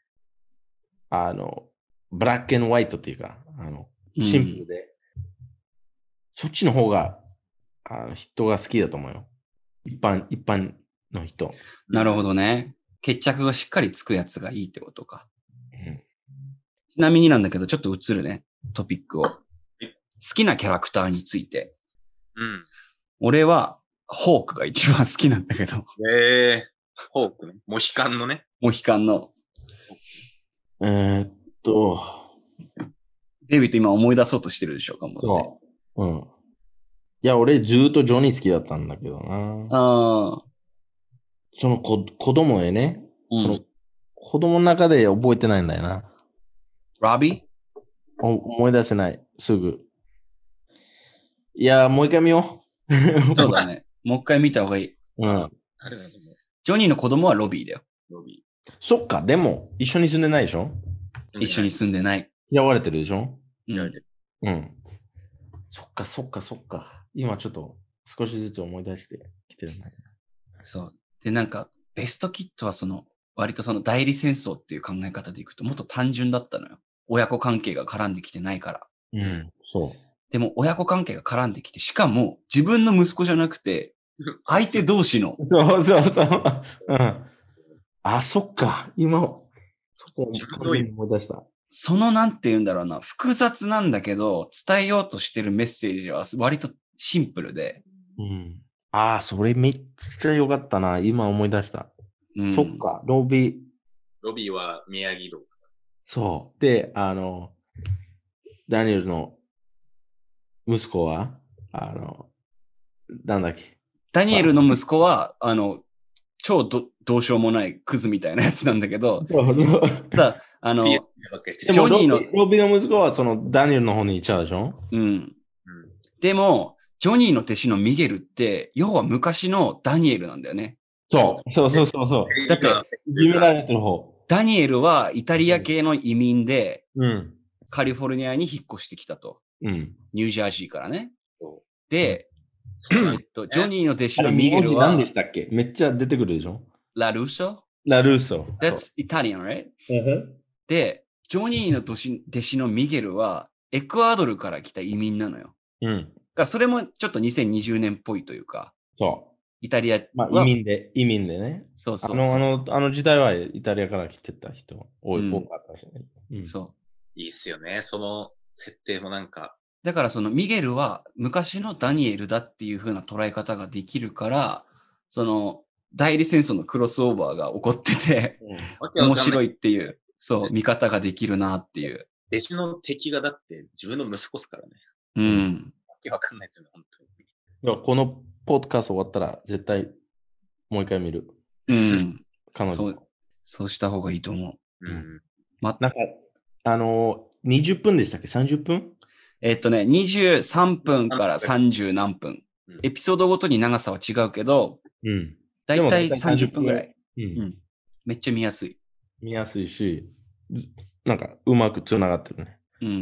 ブラック&ホワイトっていうか、シンプルで、そっちの方が、人が好きだと思うよ。一般の人。 なるほどね。決着がしっかりつくやつがいいってことか。ちなみになんだけど、ちょっと移るね、トピックを。好きなキャラクターについて。俺は、ホークが一番好きなんだけど。 ホークね。モヒカンのね。 モヒカンの。 デイビッド今思い出そうとしてるでしょ、頑張って。いや、俺ずっとジョニー好きだったんだけどな。その子供へね、その子供の中で覚えてないんだよな。 ロビー？ 思い出せない、すぐ。いや、もう一回見よう。そうだね。もう一回見た方がいい。ジョニーの子供はロビーだよ。 そっか、でも、一緒に住んでないでしょ？ 一緒に住んでない。 嫌われてるでしょ？そっか。今ちょっと少しずつ思い出してきてるね。 そう。で、なんか、ベストキットはその、割とその代理戦争っていう考え方でいくともっと単純だったのよ。親子関係が絡んできてないから。 そう。 でも親子関係が絡んできて、しかも自分の息子じゃなくて、相手同士の。 そう。そっか。今、そこを思い出した。 そのなんて言うんだろうな、複雑なんだけど、伝えようとしてるメッセージは割とシンプルで。 うん。ああ、それめっちゃ良かったな。今思い出した。 うん、 そっか、ロビーは宮城道。 そう。で、ダニエルの息子は、なんだっけ。 ダニエルの息子は、超どうしようもないクズみたいなやつなんだけど、 そうそう。 ただ、 でもロビの息子はそのダニエルの方に行っちゃうでしょ。 うん。でも、ジョニーの弟子のミゲルって、要は昔のダニエルなんだよね。 そう。 だって、 決められてる方。 ダニエルはイタリア系の移民で、 うん、 カリフォルニアに引っ越してきたと。 うん、 ニュージャージーからね。 で、 ジョニーの弟子のミゲルは、 何でしたっけ？めっちゃ出てくるでしょ？ ラルーソ？ That's Italian, right? で、ジョニーの弟子のミゲルは、エクアドルから来た移民なのよ。 うん。 だからそれもちょっと2020年っぽいというか、 そう。 イタリア、 まあ、移民でね。 そう。 あの時代はイタリアから来てた人多かったしね。 そう。 いいっすよね。その設定もなんか。 だからそのミゲルは昔のダニエルだっていう風な捉え方ができるから、その代理戦争のクロスオーバーが起こってて、面白いっていう、そう、見方ができるなっていう。 弟子の敵がだって自分の息子ですからね。 うん。 わけわかんないですよね、本当に。 いや、このポッドキャスト終わったら絶対もう一回見る。 うん。 彼女。 そうした方がいいと思う。 うん。 なんか、20分でしたっけ ?30 分 23分から30何分。エピソードごとに長さは違うけど、だいたい30分ぐらい。めっちゃ見やすい。 見やすいし、なんかうまくつながってるね。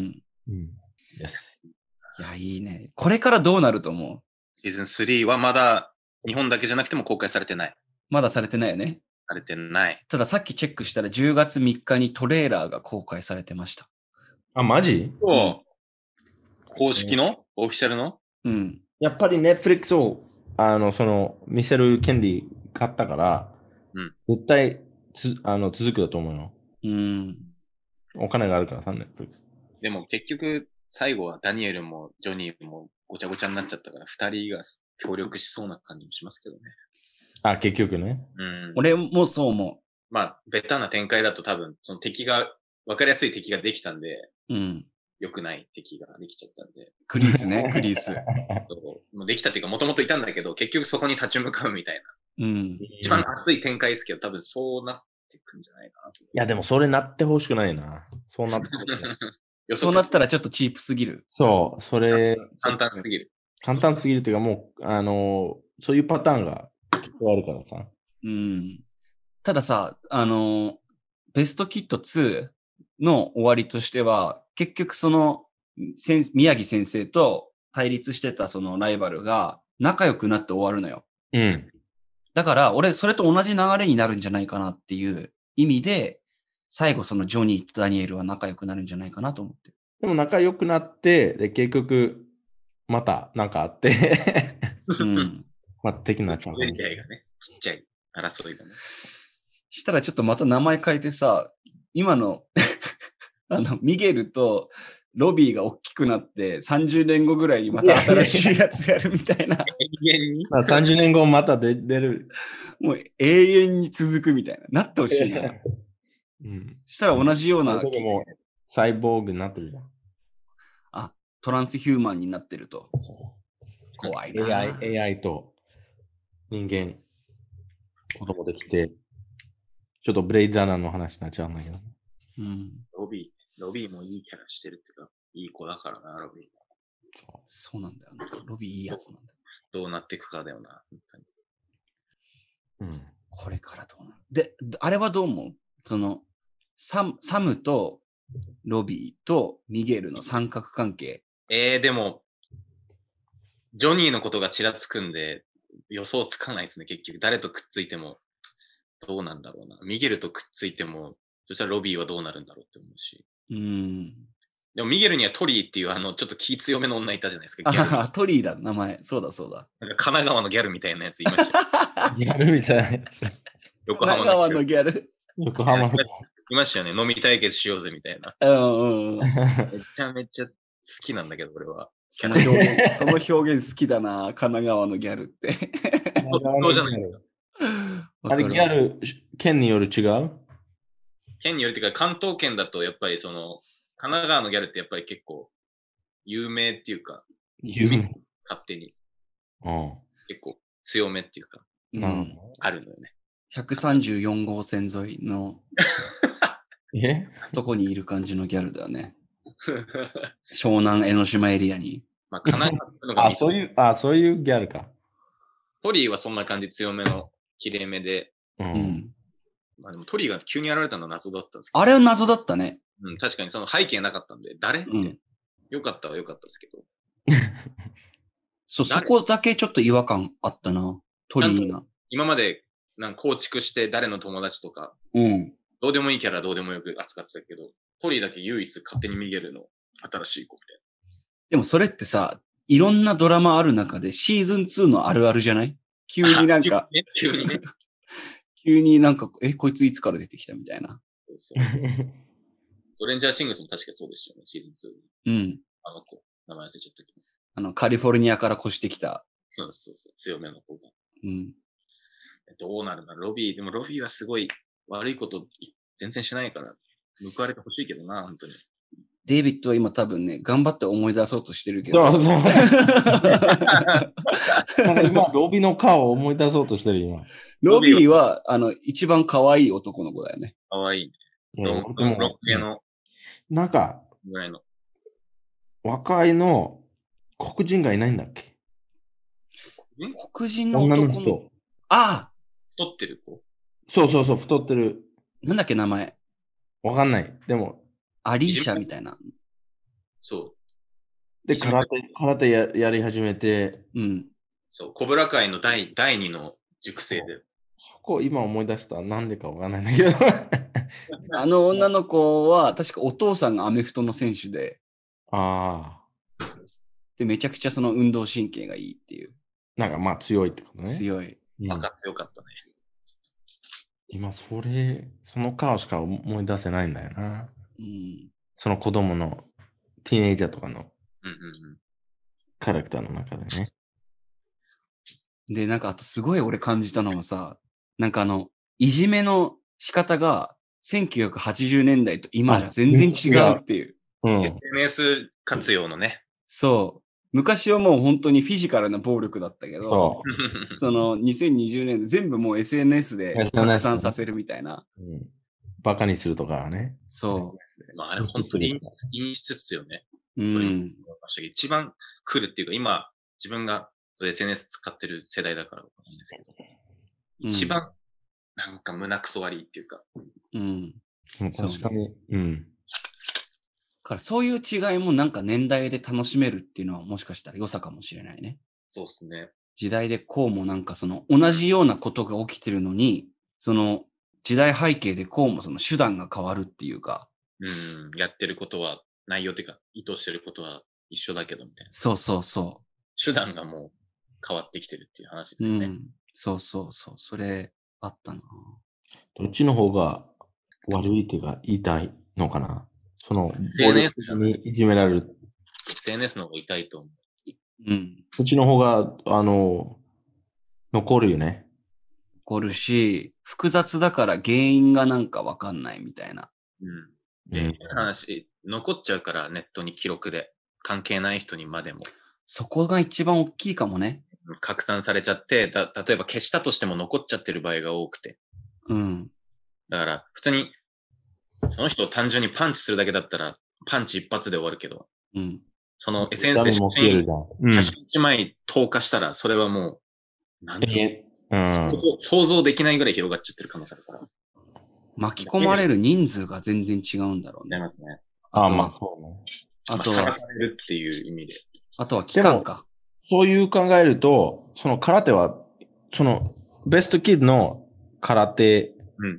Yes。いや、いいね。これからどうなると思う？ シーズン3はまだ日本だけじゃなくても公開されてない。 まだされてないよね。 されてない。 たださっきチェックしたら10月3日にトレーラーが公開されてました。 あ、マジ？ 公式のオフィシャルの？ やっぱりNetflixを見せる権利買ったから、絶対続くだと思うよ。お金があるからさ、Netflix。 でも結局最後はダニエルもジョニーもごちゃごちゃになっちゃったから2人が協力しそうな感じもしますけどね。 あ、結局ね。 俺もそう思う。 まあ、ベタな展開だと多分、その敵が、わかりやすい敵ができたんで、良くない敵ができちゃったんで。 クリースね、クリース。 もうできたっていうか、もともといたんだけど、結局そこに立ち向かうみたいな。一番熱い展開ですけど、多分そうなってくんじゃないかなと。いや、でもそれなってほしくないな。そうなってそうなったらちょっとチープすぎる。 そう、それ。 簡単すぎる。 簡単すぎるというか、もう、そういうパターンが結構あるからさ。 たださ、ベストキット2の終わりとしては、結局その、宮城先生と対立してたそのライバルが仲良くなって終わるのよ。だから、俺、それと同じ流れになるんじゃないかなっていう意味で、最後そのジョニーとダニエルは仲良くなるんじゃないかなと思って。 でも仲良くなって、で、結局、またなんかあってまあ、的なちゃう。ちっちゃい争いがね。 したらちょっとまた名前変えてさ、今のミゲルとロビーが大きくなって30年後ぐらいにまた新しいやつやるみたいな。 永遠に 30年後また出る。 もう永遠に続くみたいな。なってほしいな。したら同じような。 もうサイボーグになってるじゃん。 あ、トランスヒューマンになってると。怖いな。 AI と人間、子供できて、ちょっとブレイドランナーの話になっちゃうんだけど。 ロビーもいいキャラしてるっていうか、いい子だからな、ロビー。 そうなんだよ。ロビーいいやつなんだよ。 どうなっていくかだよな。 これからどうなる？で、あれはどう思う？その、サムとロビーとミゲルの三角関係。 でも、ジョニーのことがちらつくんで、予想つかないですね、結局。誰とくっついても、どうなんだろうな。ミゲルとくっついても、そしたらロビーはどうなるんだろうって思うし。でもミゲルにはトリーっていうちょっと気強めの女いたじゃないですか。 トリーだ、名前。そうだ。 なんか神奈川のギャルみたいなやついました。 ギャルみたいなやつ。 神奈川のギャル。 横浜の。 いましたよね。飲み対決しようぜみたいな。 うんうん。 めちゃめちゃ好きなんだけど、俺は。 その表現好きだな、神奈川のギャルって。 そうじゃないですか。 あれ、ギャル、県による違う？ 県によるっていうか、関東圏だとやっぱり神奈川のギャルってやっぱり結構有名っていうか、勝手に。結構強めっていうか、あるのよね。 134号線沿いのとこにいる感じのギャルだよね。湘南江ノ島エリアに。 まあ、 そういうギャルか。 トリーはそんな感じ強めの綺麗めで。まあでもトリーが急に現れたのは謎だったんですけど。 あれは謎だったね。 確かにその背景なかったんで、誰って。よかったはよかったですけど。 そこだけちょっと違和感あったな、トリーが。 今まで構築して誰の友達とか、どうでもいいキャラどうでもよく扱ってたけど、トリーだけ唯一勝手に見えるの新しい子みたいな。 でもそれってさ、いろんなドラマある中でシーズン2のあるあるじゃない？急になんか、急になんか、こいついつから出てきたみたいな。 ドレンジャーシングスも確かそうでしたよね、シーズン2。 あの子、名前忘れちゃったけど。カリフォルニアから越してきた。 そう、強めの子が。どうなるんだロビーはすごい悪いこと全然しないから、報われてほしいけどな、本当に。 デイビッドは今多分ね、頑張って思い出そうとしてるけど。 そう。今、ロビーの顔を思い出そうとしてる今。 ロビーは、一番可愛い男の子だよね。 可愛い。ロン毛の。 なんか、 ぐらいの。 若いの黒人がいないんだっけ？ 黒人の男の人。ああ！ 太ってる子？ そう、太ってる。 なんだっけ、名前。 わかんない。でも。 アリーシャみたいな。 そう。 で、空手やり始めて。 そう、コブラ界の第2の熟成で。 そこ今思い出した。なんでかわかんないんだけど。 あの女の子は、確かお父さんがアメフトの選手で。で、めちゃくちゃその運動神経がいいっていう。 なんかまあ強いってことね。 強い。 強かったね。 今その顔しか思い出せないんだよな。その子供のティーネイジャーとかのキャラクターの中でね。 で、なんかあとすごい俺感じたのはさ、なんかいじめの仕方が1980年代と今じゃ全然違うっていう。 SNS 活用のね。 そう。昔はもう本当にフィジカルな暴力だったけど、その2020年で全部もう SNS で拡散させるみたいな。 バカにするとかね。 そう。 まあ、あれ本当に陰湿っすよね。一番来るっていうか、今、自分が SNS 使ってる世代だからなんですけど、一番なんか胸くそ悪いっていうか。 確かに。 からそういう違いもなんか年代で楽しめるっていうのはもしかしたら良さかもしれないね。 そうですね。 時代でこうもなんかその同じようなことが起きてるのに、その時代背景でこうもその手段が変わるっていうか。 やってることは、内容っていうか、意図してることは一緒だけどみたいな。 そう。 手段がもう変わってきてるっていう話ですよね。 そう。それあったな。 どっちの方が悪いっていうか言いたいのかな。その、 SNS にいじめられる。 SNS の方が痛いと思う。 そっちの方が、残るよね。 残るし、複雑だから原因がなんかわかんないみたいな。 話、残っちゃうからネットに記録で。関係ない人にまでも。 そこが一番大きいかもね。 拡散されちゃって、例えば消したとしても残っちゃってる場合が多くて。だから、普通に、その人を単純にパンチするだけだったら、パンチ一発で終わるけど、その SNS で写真1枚投下したら、それはもう、想像できないぐらい広がっちゃってる可能性あるから。 巻き込まれる人数が全然違うんだろうね。 ますね。 まあそうね。 あとは、 さらされるっていう意味で。 あとは期間か。 そういう考えると、その空手は、そのベストキッドの空手、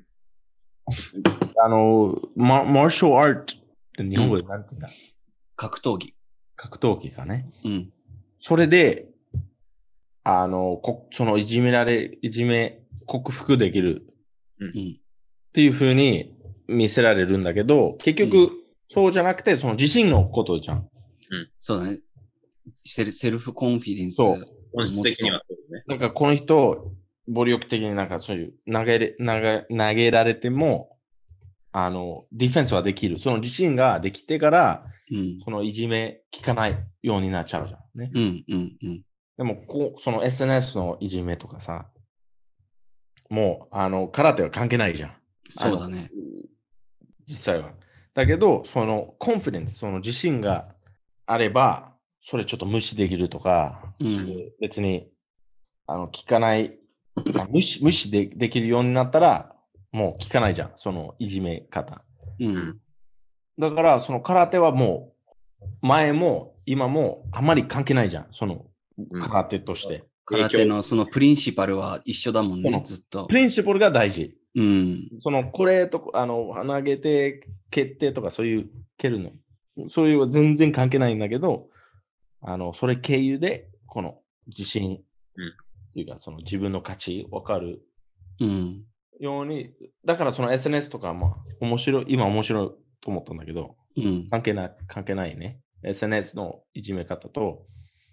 マーシャルアートって日本語で何て言うんだ、 格闘技。 格闘技かね。それで、そのいじめ克服できる。っていうふうに見せられるんだけど、結局、そうじゃなくて、その自信のことじゃん。 そうだね。セルフコンフィデンス。 そう。 本質的にはそうですね。 なんかこの人、暴力的になんかそういう投げられても、ディフェンスはできる。その自信ができてから、そのいじめ聞かないようになっちゃうじゃん。ね。でもその SNS のいじめとかさ、もう、空手は関係ないじゃん。 そうだね。 実際は。だけど、そのコンフィデンス、その自信があれば、それちょっと無視できるとか、別に聞かない、無視できるようになったら、もう聞かないじゃん、そのいじめ方。だから、その空手はもう、前も今もあまり関係ないじゃん、その空手として。 空手のそのプリンシパルは一緒だもんね、ずっと。 プリンシパルが大事。そのこれと投げて決定とかそういう蹴るのそういうは全然関係ないんだけどそれ経由でこの自信っていうかその自分の価値分かるようにだからその SNS とかも今面白いと思ったんだけど、関係ないね SNS のいじめ方と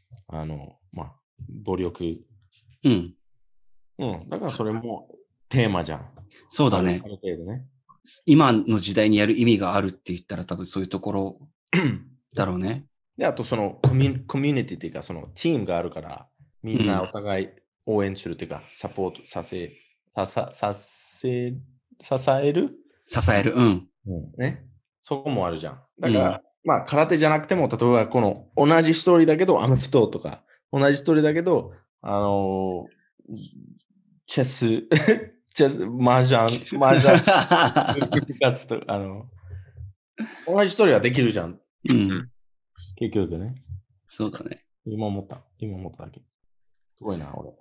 暴力だからそれもテーマじゃん。 そうだね。今の時代にやる意味があるって言ったら多分そういうところだろうね。 で、あとそのコミュニティっていうかそのチームがあるからみんなお互い応援するっていうか、サポート支えるね。そこもあるじゃん。だから、空手じゃなくても例えばこの同じストーリーだけどアメフトとか同じストーリーだけどチェス、麻雀、ガツと、同じストーリーはできるじゃん。結局ね。 そうだね。 今思っただけ。すごいな、俺。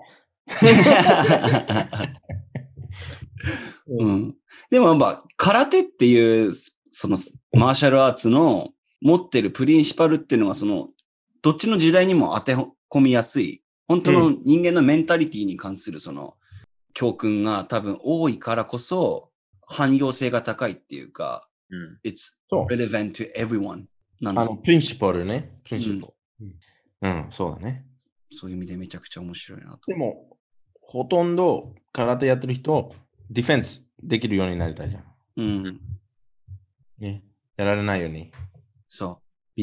でも空手っていう、そのマーシャルアーツの持ってるプリンシパルっていうのは、その、どっちの時代にも当て込みやすい、本当の人間のメンタリティに関するその、教訓が多分多いからこそ汎用性が高いっていうか、It's relevant to everyone なんだ。 プリンシパルね。プリンシパル。そうだね。 そういう意味でめちゃくちゃ面白いなと。 でも、ほとんど空手やってる人、ディフェンスできるようになりたいじゃん。ね。やられないように。 そう。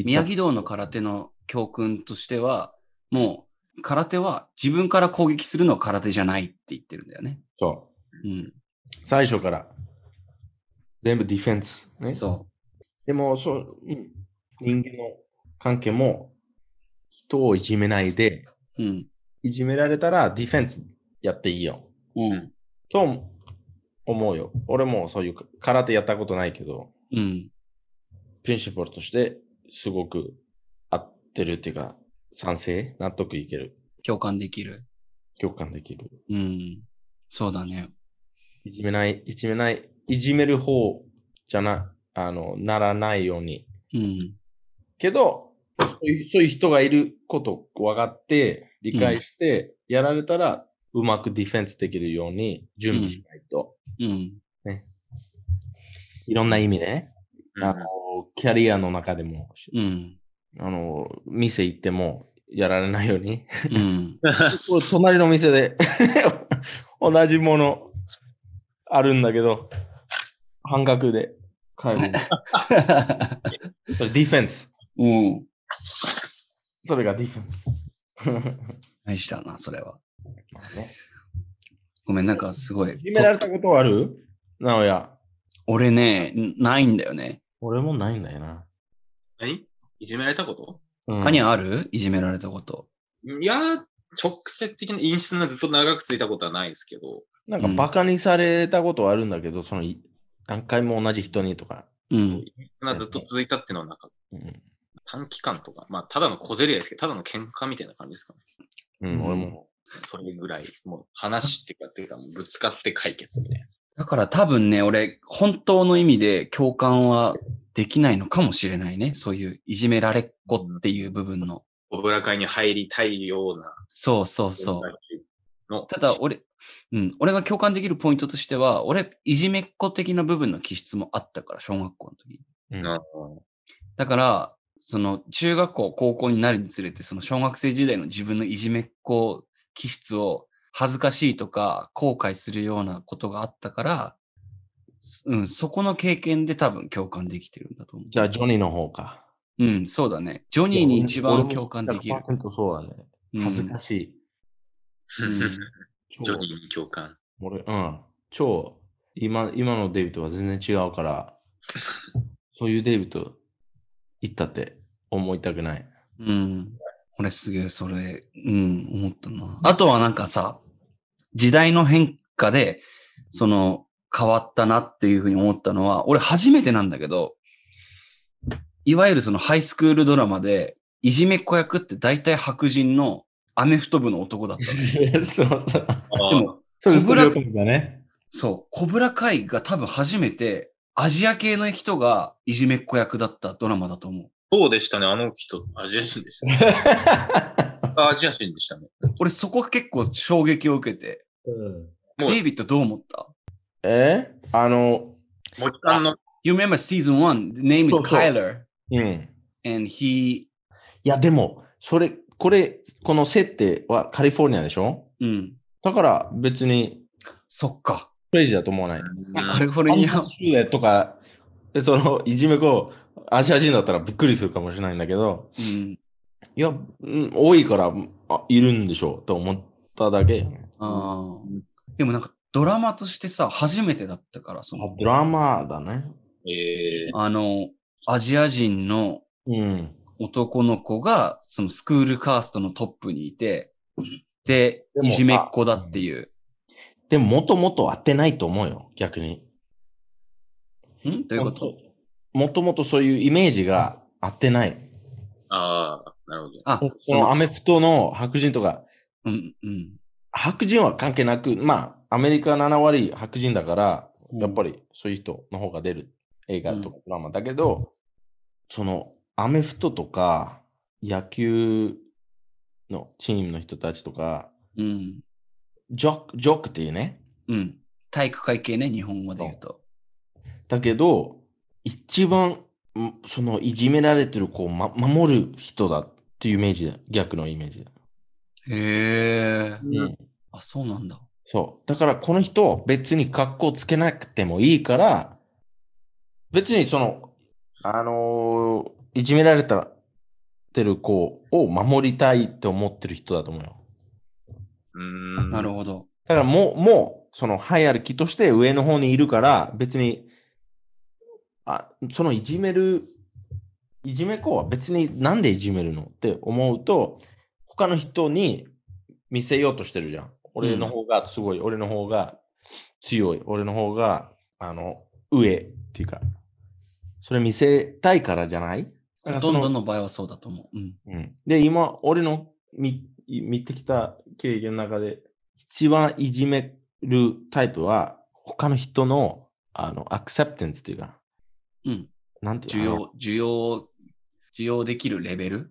宮城道の空手の教訓としては、もう、空手は自分から攻撃するのは空手じゃないって言ってるんだよね。 そう。最初から全部ディフェンス。ね。 そう。 でも人間の関係も人をいじめないで、いじめられたらディフェンスやっていいよ。と思うよ。俺もそういう空手やったことないけど、プリンシパルとしてすごく合ってるっていうか、賛成納得いける。 共感できる。そうだね。 いじめる方じゃならないように。けど、そういう人がいること分かって、理解して、やられたら、うまくディフェンスできるように準備しないと。ね、いろんな意味で、キャリアの中でも、店行ってもやられないように。隣の店で同じものあるんだけど、半額で買える。ディフェンス。それがディフェンス。 大事だな、それは。ごめん、なんかすごい。 決められたことある？なおや。 俺ね、ないんだよね。 俺もないんだよな。 何？いじめられたこと？ 何ある？いじめられたこと。 いや、直接的な陰湿なずっと長くついたことはないですけど。 なんかバカにされたことはあるんだけど、その何回も同じ人にとか。 陰湿なずっと続いたっていうのはなんか、短期間とか、ただの小競り合いですけど、ただの喧嘩みたいな感じですかね。 俺も。 それぐらい、もう話っていうか、もうぶつかって解決みたいな。 だから多分ね、俺、本当の意味で共感はできないのかもしれないね。そういういじめられっ子っていう部分の。 オブラ会に入りたいような。 そう。 ただ俺が共感できるポイントとしては、俺、いじめっ子的な部分の気質もあったから、小学校の時に。だから、その中学校、高校になるにつれて、その小学生時代の自分のいじめっ子気質を恥ずかしいとか後悔するようなことがあったから、そこの経験で多分共感できてるんだと思う。 じゃあ、ジョニーの方か。 そうだね。ジョニーに一番共感できる。 100% そうだね。恥ずかしい。 ジョニーに共感。 超、今のデイビッドは全然違うから、そういうデイビッド言ったって思いたくない。 俺すげえそれ、思ったな。あとはなんかさ、時代の変化で、その、変わったなっていうふうに思ったのは、俺初めてなんだけど、いわゆるそのハイスクールドラマで、いじめっ子役って大体白人のアメフト部の男だったの。 そう。 でも、コブラ会が多分初めてアジア系の人がいじめっ子役だったドラマだと思う。 そうでしたね、あの人、アジア人でしたね。アジア人でしたね。 俺そこ結構衝撃を受けて。デイビッドどう思った？ もう一回の。 You remember season 1, the name is Kyler. And he... いや、でも、この設定はカリフォルニアでしょ？だから別に、 そっか。 クレイジーだと思わない。 カリフォルニア。 とか、そのいじめ子、アジア人だったらびっくりするかもしれないんだけど、いや、多いからいるんでしょうと思っただけ。 でもなんかドラマとしてさ、初めてだったから、 ドラマだね。 アジア人の男の子が、そのスクールカーストのトップにいて、で、いじめっ子だっていう。 でも、もともと合ってないと思うよ、逆に。 どういうこと？ もともとそういうイメージが合ってない。 なるほど。 そのアメフトの白人とか、白人は関係なく、アメリカ7割白人だから、やっぱりそういう人の方が出る映画とかドラマだけど、そのアメフトとか野球のチームの人たちとか、ジョークっていうね。 体育会系ね、日本語で言うと。 だけど、一番そのいじめられてる子を、守る人だっていうイメージだ。逆のイメージだ。 へえ。そうなんだ。 そう。だからこの人、別に格好つけなくてもいいから、別にその、いじめられてる子を守りたいって思ってる人だと思うよ。 なるほど。 だからもう、そのハイアルキとして上の方にいるから、別に、そのいじめ子は別になんでいじめるのって思うと、他の人に見せようとしてるじゃん。俺の方がすごい、俺の方が強い、俺の方が上っていうか、それ見せたいからじゃない？ ほとんどの場合はそうだと思う。 で、今、俺の見てきた経験の中で、一番いじめるタイプは、他の人のアクセプテンスっていうか、なんていうの？ 需要できるレベル？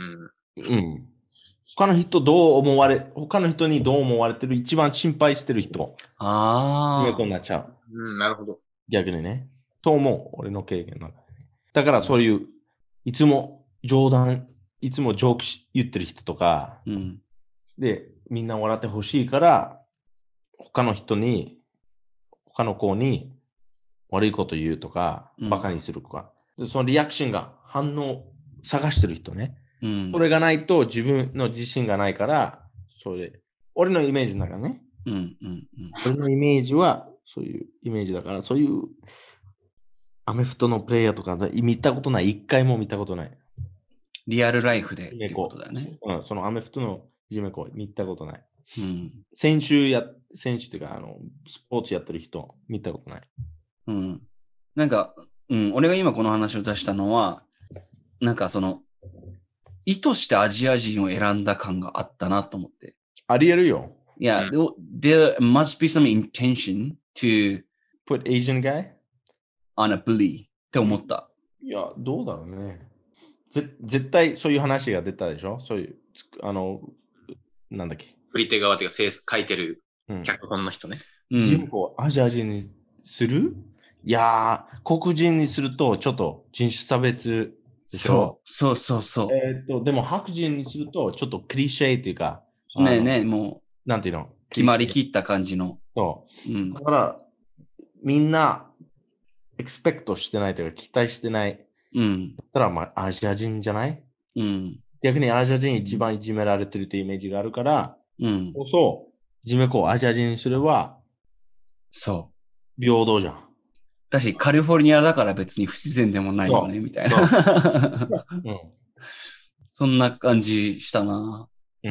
他の人にどう思われてる、一番心配してる人。そうなっちゃう。 なるほど。 逆にね。と思う、俺の経験の中で。だからそういう、いつも冗談、いつもジョーク言ってる人とか、で、みんな笑ってほしいから、他の子に悪いこと言うとか、バカにするとか、そのリアクションが反応探してる人ね。それがないと自分の自信がないから、俺のイメージの中ね。俺のイメージはそういうイメージだから、そういうアメフトのプレイヤーとか見たことない。一回も見たことない。 リアルライフでっていうことだよね。 そのアメフトのいじめ子見たことない。選手っていうかスポーツやってる人見たことない。 なんか、俺が今この話を出したのは、なんかその意図してアジア人を選んだ感があったなと思って。 ありえるよ。 Yeah, there must be some intention to put Asian guy on a bully って思った。 いや、どうだろうね。絶対そういう話が出たでしょ？そういう、なんだっけ、 振り手側っていうか、書いてる脚本の人ね。 人口アジア人にする？いやー、黒人にするとちょっと人種差別でしょ。 そう。 でも白人にするとちょっとクリシェっていうか、 ね、もう、なんていうの？ 決まりきった感じの。 そう。だから、みんな、エクスペクトしてないというか、期待してない。だったら、まあ、アジア人じゃない？逆にアジア人一番いじめられてるってイメージがあるから、いじめ子をアジア人にすれば、平等じゃん。 だし、カリフォルニアだから別に不自然でもないよね、みたいな。そんな感じしたな。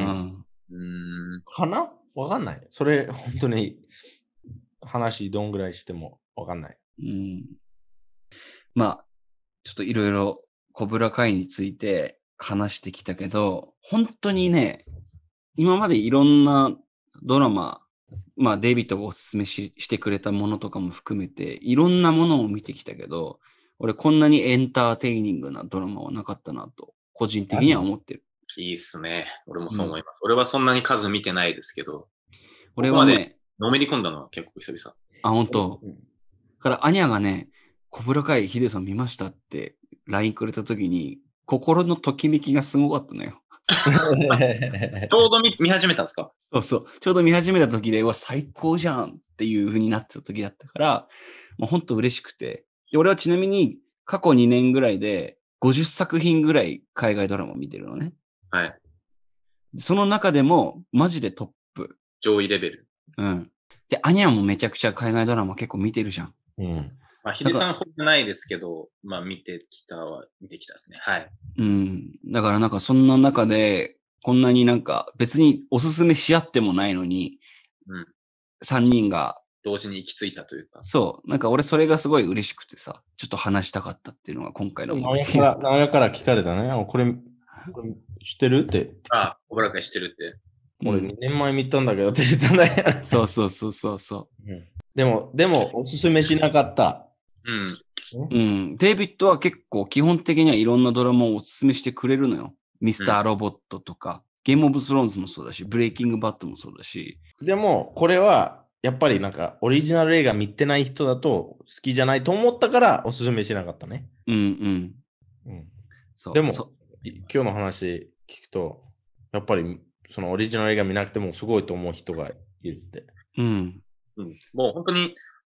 かな？わかんない。それ、本当に話どんぐらいしてもわかんない。 まあ、ちょっといろいろコブラ会について話してきたけど、本当にね、今までいろんなドラマ、まあデイビッドがおすすめしてくれたものとかも含めて、いろんなものを見てきたけど、俺こんなにエンターテイニングなドラマはなかったなと、個人的には思ってる。 いいっすね。俺もそう思います。俺はそんなに数見てないですけど、 俺はね、 のめり込んだのは結構久々。 あ、本当。からアニャがね、コブラ会ヒデさん見ましたって LINE くれた時に、心のときめきがすごかったのよ。 ちょうど見始めたんですか？ そう。ちょうど見始めた時で、うわ、最高じゃんっていう風になってた時だったから、もう本当嬉しくて。で、俺はちなみに過去2年ぐらいで50作品ぐらい海外ドラマ見てるのね。 はい。 その中でも、マジでトップ。 上位レベル。 で、アニャもめちゃくちゃ海外ドラマ結構見てるじゃん。 まあ、ヒデさんほどないですけど、まあ見てきたですね。はい。 だからなんかそんな中で、こんなになんか別におすすめし合ってもないのに、3人が同時に行き着いたというか。 そう。なんか俺それがすごい嬉しくてさ、ちょっと話したかったっていうのが今回の目的。 何やから聞かれたね。これ知ってるって。 あ、小原会知ってるって。 俺2年前見たんだけどって言ったんだよ。 そう。 でもおすすめしなかった。 デイビッドは結構基本的にはいろんなドラマをおすすめしてくれるのよ。ミスターロボットとか、ゲームオブスローンズもそうだし、ブレイキングバットもそうだし。 でも、これはやっぱりなんかオリジナル映画見てない人だと好きじゃないと思ったからおすすめしなかったね。でも、今日の話聞くと、やっぱりそのオリジナル映画見なくてもすごいと思う人がいるって。 もう本当に、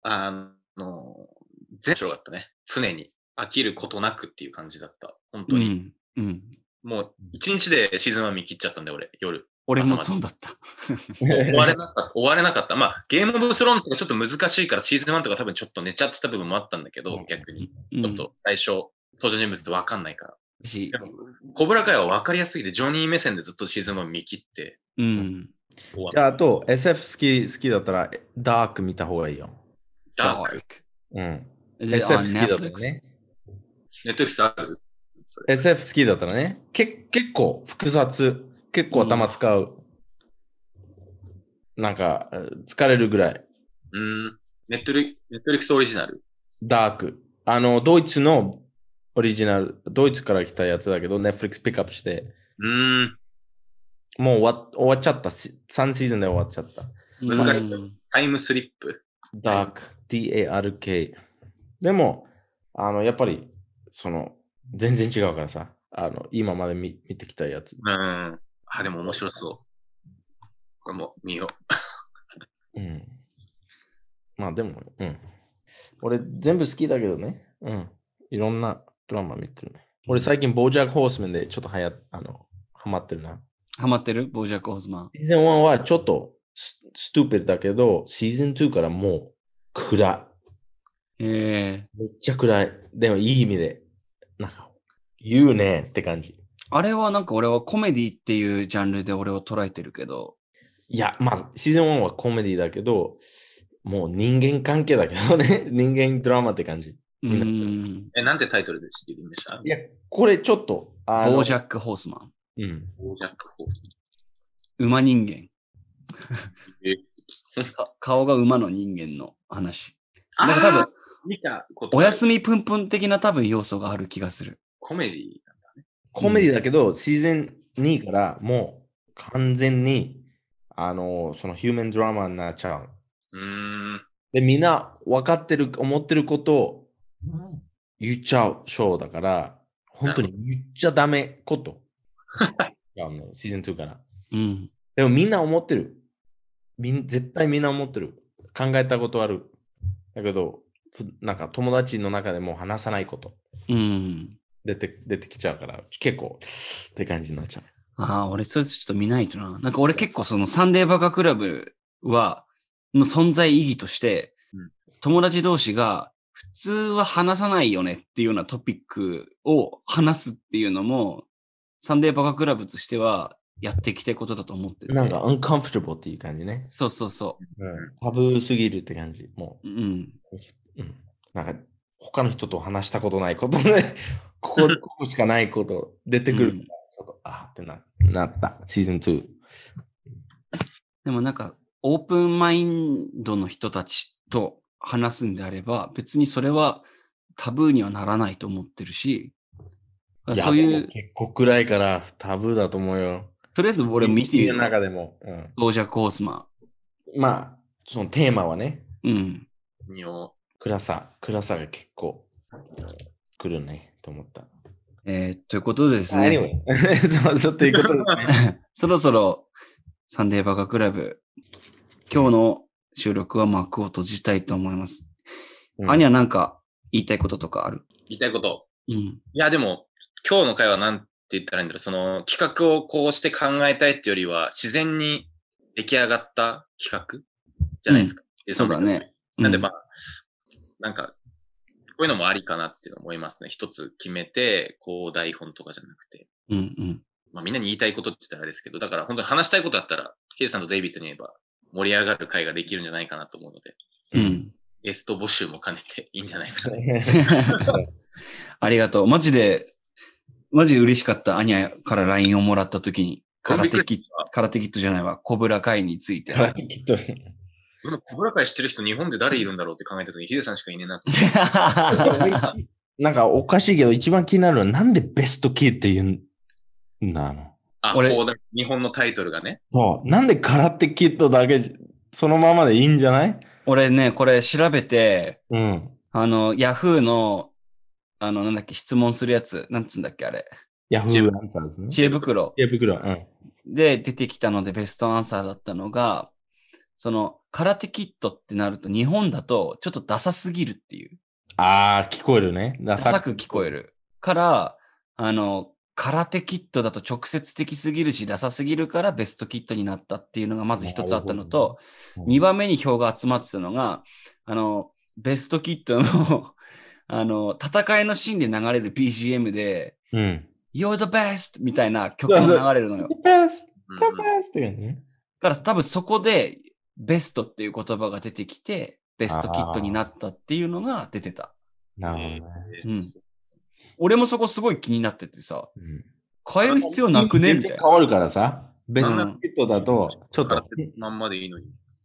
全部面白かったね。常に飽きることなくっていう感じだった。本当に。もう1日でシーズン1見切っちゃったんで、夜。 俺もそうだった。 終われなかった。まあ、ゲームオブスローンズとかちょっと難しいからシーズン1とか多分ちょっと寝ちゃってた部分もあったんだけど、逆に。ちょっと最初、登場人物って分かんないから。でもコブラ会は分かりやすすぎて、ジョニー目線でずっとシーズン1見切って。 じゃあ、あと SF 好きだったら、ダーク見た方がいいよ。 ダーク。 SF 好きだったらね。 ネットフリックスある？ SF 好きだったらね。結構複雑。結構頭使う。なんか、疲れるぐらい。 ネットフリックスオリジナル？ ダーク。ドイツのオリジナル、ドイツから来たやつだけど、ネットフリックスピックアップして。もう終わっちゃった。3シーズンで終わっちゃった。 難しい。タイムスリップ。 ダーク。DARK。でも、やっぱり、全然違うからさ。今まで見てきたやつ。 でも面白そう。これも見よう。 まあでも、俺全部好きだけどね。いろんなドラマ見てるね。俺最近、ボージャック・ホースマンでちょっとハマってるな。 ハマってるボージャック・ホースマン。 シーズン1はちょっとストゥーピッドだけど、シーズン2からもう暗い。めっちゃ暗い。でもいい意味で、なんか、言うねって感じ。 あれはなんか俺はコメディっていうジャンルで俺を捉えてるけど。 いや、まあ、シーズン1はコメディだけど、もう人間関係だけどね。人間ドラマって感じ。 なんてタイトルで知ってるんでした？ いや、これちょっと。 ボージャック・ホースマン。 ボージャック・ホースマン。馬人間。顔が馬の人間の話。なんか多分、おやすみぷんぷん的な多分要素がある気がする。 コメディなんだね。 コメディだけど、シーズン2からもう完全にそのヒューマンドラマになっちゃう。 うんで、みんな分かってる、思ってることを言っちゃうショーだから、本当に言っちゃダメこと。シーズン2から。 うん。 でもみんな思ってる。絶対みんな思ってる。考えたことある。だけど、なんか友達の中でも話さないこと。 うん。 出てきちゃうから、結構って感じになっちゃう。 ああ、俺それちょっと見ないとな。なんか俺結構そのサンデーバカクラブの存在意義として、友達同士が普通は話さないよねっていうようなトピックを話すっていうのも、サンデーバカクラブとしてはやっていきたいことだと思ってて。 なんか uncomfortable っていう感じね。 そうそうそう。 タブーすぎるって感じ。もう。 うん。 なんか他の人と話したことないことね。ここしかないこと出てくる。ちょっと、ってなった。シーズン2。 でもなんか、オープンマインドの人たちと話すんであれば、別にそれはタブーにはならないと思ってるし、そういう。 結構暗いからタブーだと思うよ。 とりあえず俺見ている。 中でも。 ボージャック・ホースマン。まあ、そのテーマはね。 うん。 暗さが結構来るね、と思った。 ということでですね。 そうということですね。 そろそろサンデーバカクラブ、今日の収録は幕を閉じたいと思います。アニャなんか言いたいこととかある？ 言いたいこと。 うん。 いや、でも、今日の回はなんて言ったらいいんだろう。その企画をこうして考えたいっていうよりは、自然に出来上がった企画じゃないですか。 そうだね。 なんでまあ、なんか、こういうのもありかなっていうの思いますね。一つ決めて、こう台本とかじゃなくて。まあみんなに言いたいことって言ったらあれですけど、だから本当に話したいことだったら、ケイさんとデイビッドに言えば盛り上がる回ができるんじゃないかなと思うので。ゲスト募集も兼ねていいんじゃないですかね。 ありがとう。マジで嬉しかった。アニャから LINE をもらったときに、カラテキットじゃないわ、コブラ会について。 カラテキット。 今、コブラ会してる人日本で誰いるんだろうって考えたときにヒデさんしかいねえなと。 なんかおかしいけど、一番気になるのはなんでベストキーって言うんだの？ 日本のタイトルがね。 そう。なんでカラテキットだけそのままでいいんじゃない？ 俺ね、これ調べて、ヤフーの、なんだっけ、質問するやつ、なんつうんだっけ、あれ。 ヤフーアンサーですね。 知恵袋。で、出てきたのでベストアンサーだったのが、その、空手キットってなると、日本だとちょっとダサすぎるっていう。 聞こえるね。 ダサく聞こえる。から、空手キットだと直接的すぎるし、ダサすぎるからベストキットになったっていうのがまず一つあったのと、2番目に票が集まってたのが、ベストキットの戦いのシーンで流れる BGM で、You're the best! みたいな曲が流れるのよ。 The best! The best! ってね。 だから多分そこで、ベストっていう言葉が出てきて、ベストキットになったっていうのが出てた。 なるほどね。 俺もそこすごい気になっててさ、変える必要なくねみたいな。 変わるからさ、ベストキットだと、ちょっと。 まんまでいいのに。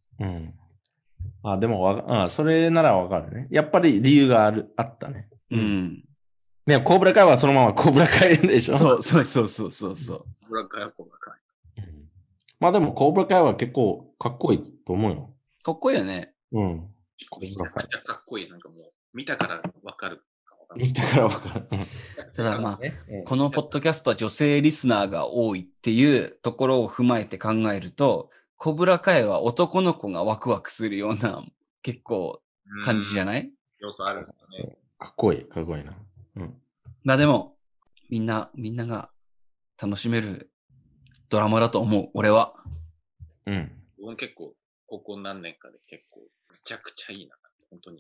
でもそれならわかるね。やっぱり理由があったね。ね、コブラ会はそのままコブラ会でしょ。 そう。 コブラ会はコブラ会。 まあでもコブラ会は結構かっこいいと思うよ。 かっこいいよね。 めちゃくちゃかっこいい。なんかもう、見たからわかる。 ただまあ、このポッドキャストは女性リスナーが多いっていうところを踏まえて考えると、コブラ会は男の子がワクワクするような結構感じじゃない？ 要素あるんですかね。 かっこいいな。 まあでも、みんなが楽しめるドラマだと思う、俺は。 僕も結構、ここ何年かで結構、めちゃくちゃいいな、本当に。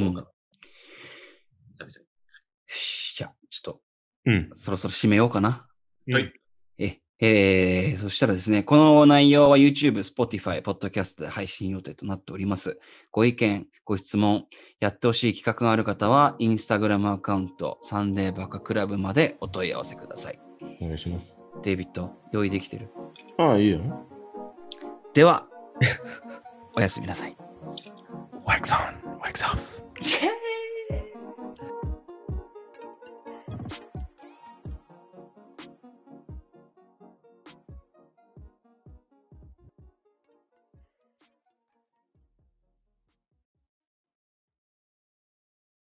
じゃあ、ちょっと、そろそろ締めようかな。 はい。 そしたらですね、この内容は YouTube、Spotify、Podcast で配信予定となっております。ご意見、ご質問、やってほしい企画がある方は、Instagram アカウント、サンデーバカクラブまでお問い合わせください。 お願いします。 デイビッド、用意できてる？ いいよ。 では、おやすみなさい。 Wax on, wax off.